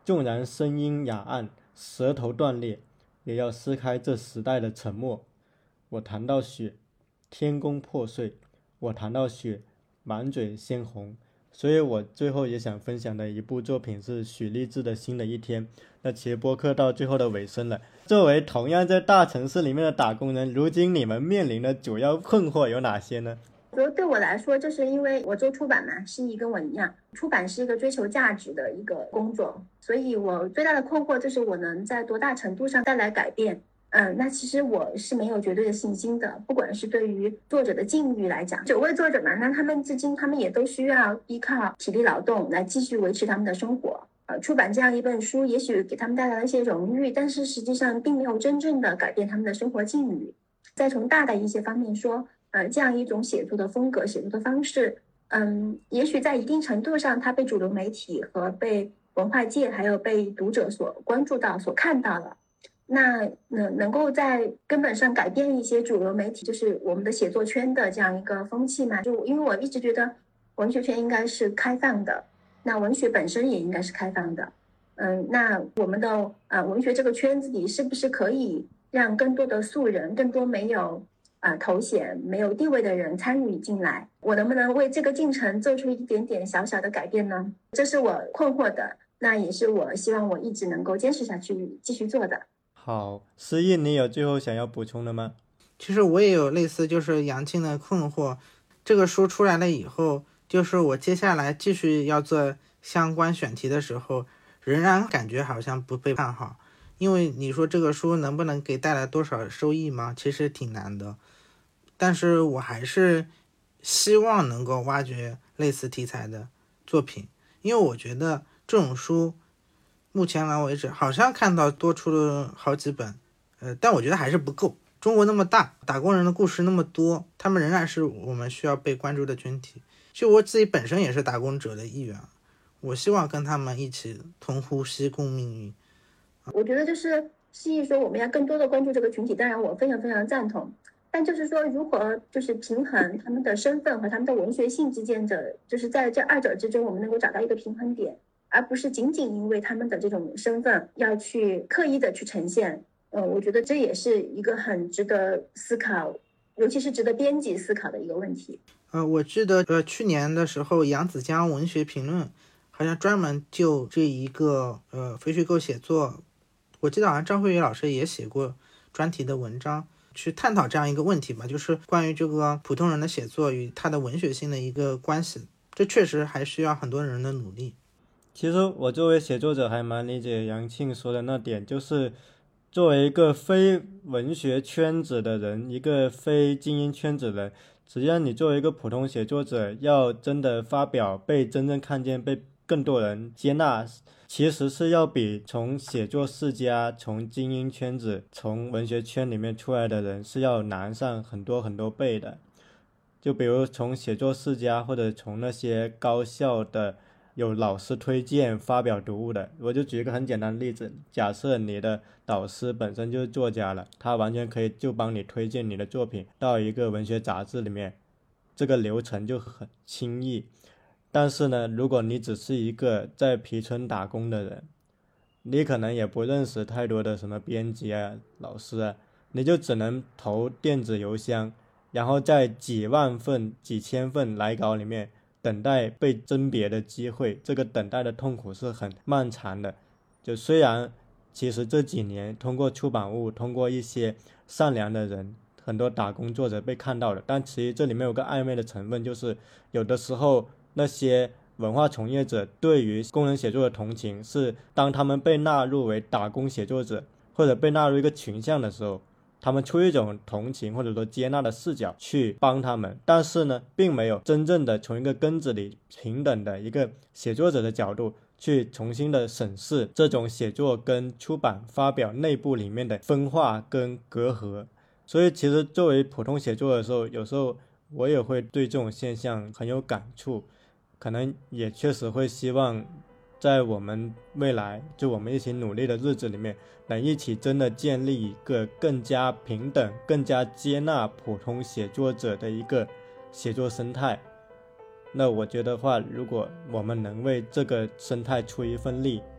纵然声音哑暗，舌头断裂，也要撕开这时代的沉默。我谈到雪，天空破碎，我谈到雪，满嘴鲜红。所以我最后也想分享的一部作品是许立志的《新的一天》。那其实播客到最后的尾声了，作为同样在大城市里面的打工人，如今你们面临的主要困惑有哪些呢？ 所以对我来说，就是因为我做出版嘛，诗意跟我一样，出版是一个追求价值的一个工作，所以我最大的困惑就是我能在多大程度上带来改变。嗯，那其实我是没有绝对的信心的，不管是对于作者的境遇来讲，九位作者嘛，那他们至今他们也都需要依靠体力劳动来继续维持他们的生活。呃，出版这样一本书，也许给他们带来了一些荣誉，但是实际上并没有真正的改变他们的生活境遇。再从大的一些方面说，呃，这样一种写作的风格、写作的方式，嗯，也许在一定程度上，它被主流媒体和被文化界还有被读者所关注到、所看到了。那能能够在根本上改变一些主流媒体，就是我们的写作圈的这样一个风气嘛。就因为我一直觉得文学圈应该是开放的，那文学本身也应该是开放的。嗯，那我们的呃文学这个圈子里，是不是可以让更多的素人、更多没有呃头衔、没有地位的人参与进来？我能不能为这个进程做出一点点小小的改变呢？这是我困惑的，那也是我希望我一直能够坚持下去、继续做的。 好，诗意，你有最后想要补充的吗？ 其实我也有类似就是杨庆的困惑，这个书出来了以后，就是我接下来继续要做相关选题的时候，仍然感觉好像不被看好。因为你说这个书能不能给带来多少收益吗？其实挺难的，但是我还是希望能够挖掘类似题材的作品，因为我觉得这种书目前来为止好像看到多出了好几本，呃，但我觉得还是不够。中国那么大，打工人的故事那么多，他们仍然是我们需要被关注的群体。就我自己本身也是打工者的一员，我希望跟他们一起同呼吸共命运。 我觉得就是诗意说我们要更多的关注这个群体，当然我非常非常赞同，但就是说如何就是平衡他们的身份和他们的文学性之间的，就是在这二者之中我们能够找到一个平衡点，而不是仅仅因为他们的这种身份要去刻意的去呈现。呃，我觉得这也是一个很值得思考，尤其是值得编辑思考的一个问题。 呃，我记得呃去年的时候，扬子江文学评论好像专门就这一个呃非虚构写作，我记得好像张慧宇老师也写过专题的文章，去探讨这样一个问题吧，就是关于这个普通人的写作与他的文学性的一个关系。这确实还需要很多人的努力。 其实我作为写作者还蛮理解杨庆说的那点，就是作为一个非文学圈子的人，一个非精英圈子的人，实际上你作为一个普通写作者，要真的发表被真正看见，被更多人接纳，其实是要比从写作世家、从精英圈子、从文学圈里面出来的人是要难上很多很多倍的。就比如从写作世家，或者从那些高校的有老师推荐发表读物的，我就举一个很简单的例子，假设你的导师本身就是作家了，他完全可以就帮你推荐你的作品到一个文学杂志里面，这个流程就很轻易。但是呢，如果你只是一个在皮村打工的人，你可能也不认识太多的什么编辑啊、老师啊，你就只能投电子邮箱，然后在几万份、几千份来稿里面等待被甄别的机会，这个等待的痛苦是很漫长的。就虽然其实这几年通过出版物，通过一些善良的人，很多打工作者被看到了，但其实这里面有个暧昧的成分，就是有的时候那些文化从业者对于工人写作的同情，是当他们被纳入为打工写作者或者被纳入一个群像的时候，他们出一种同情或者说接纳的视角去帮他们，但是呢，并没有真正的从一个根子里平等的一个写作者的角度去重新的审视这种写作跟出版发表内部里面的分化跟隔阂。所以其实作为普通写作的时候，有时候我也会对这种现象很有感触，可能也确实会希望在我们未来就我们一起努力的日子里面，能一起真的建立一个更加平等、更加接纳普通写作者的一个写作生态。那我觉得话，如果我们能为这个生态出一份力，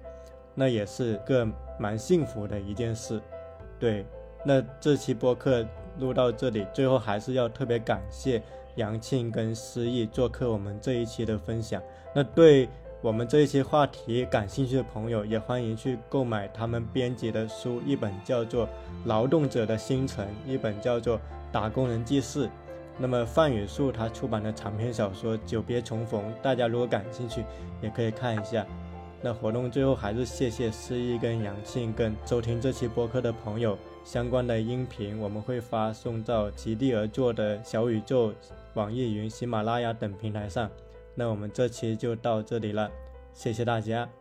那也是个蛮幸福的一件事。对，那这期播客录到这里，最后还是要特别感谢杨庆跟诗意做客我们这一期的分享。那对我们这一期话题感兴趣的朋友，也欢迎去购买他们编辑的书，一本叫做《劳动者的星辰》，一本叫做《打工人记事》。那么范宇树他出版的长篇小说《久别重逢》，大家如果感兴趣也可以看一下。那活动最后还是谢谢诗意跟杨庆跟收听这期播客的朋友，相关的音频我们会发送到席地而坐的小宇宙、网易云、喜马拉雅等平台上。那我们这期就到这里了，谢谢大家。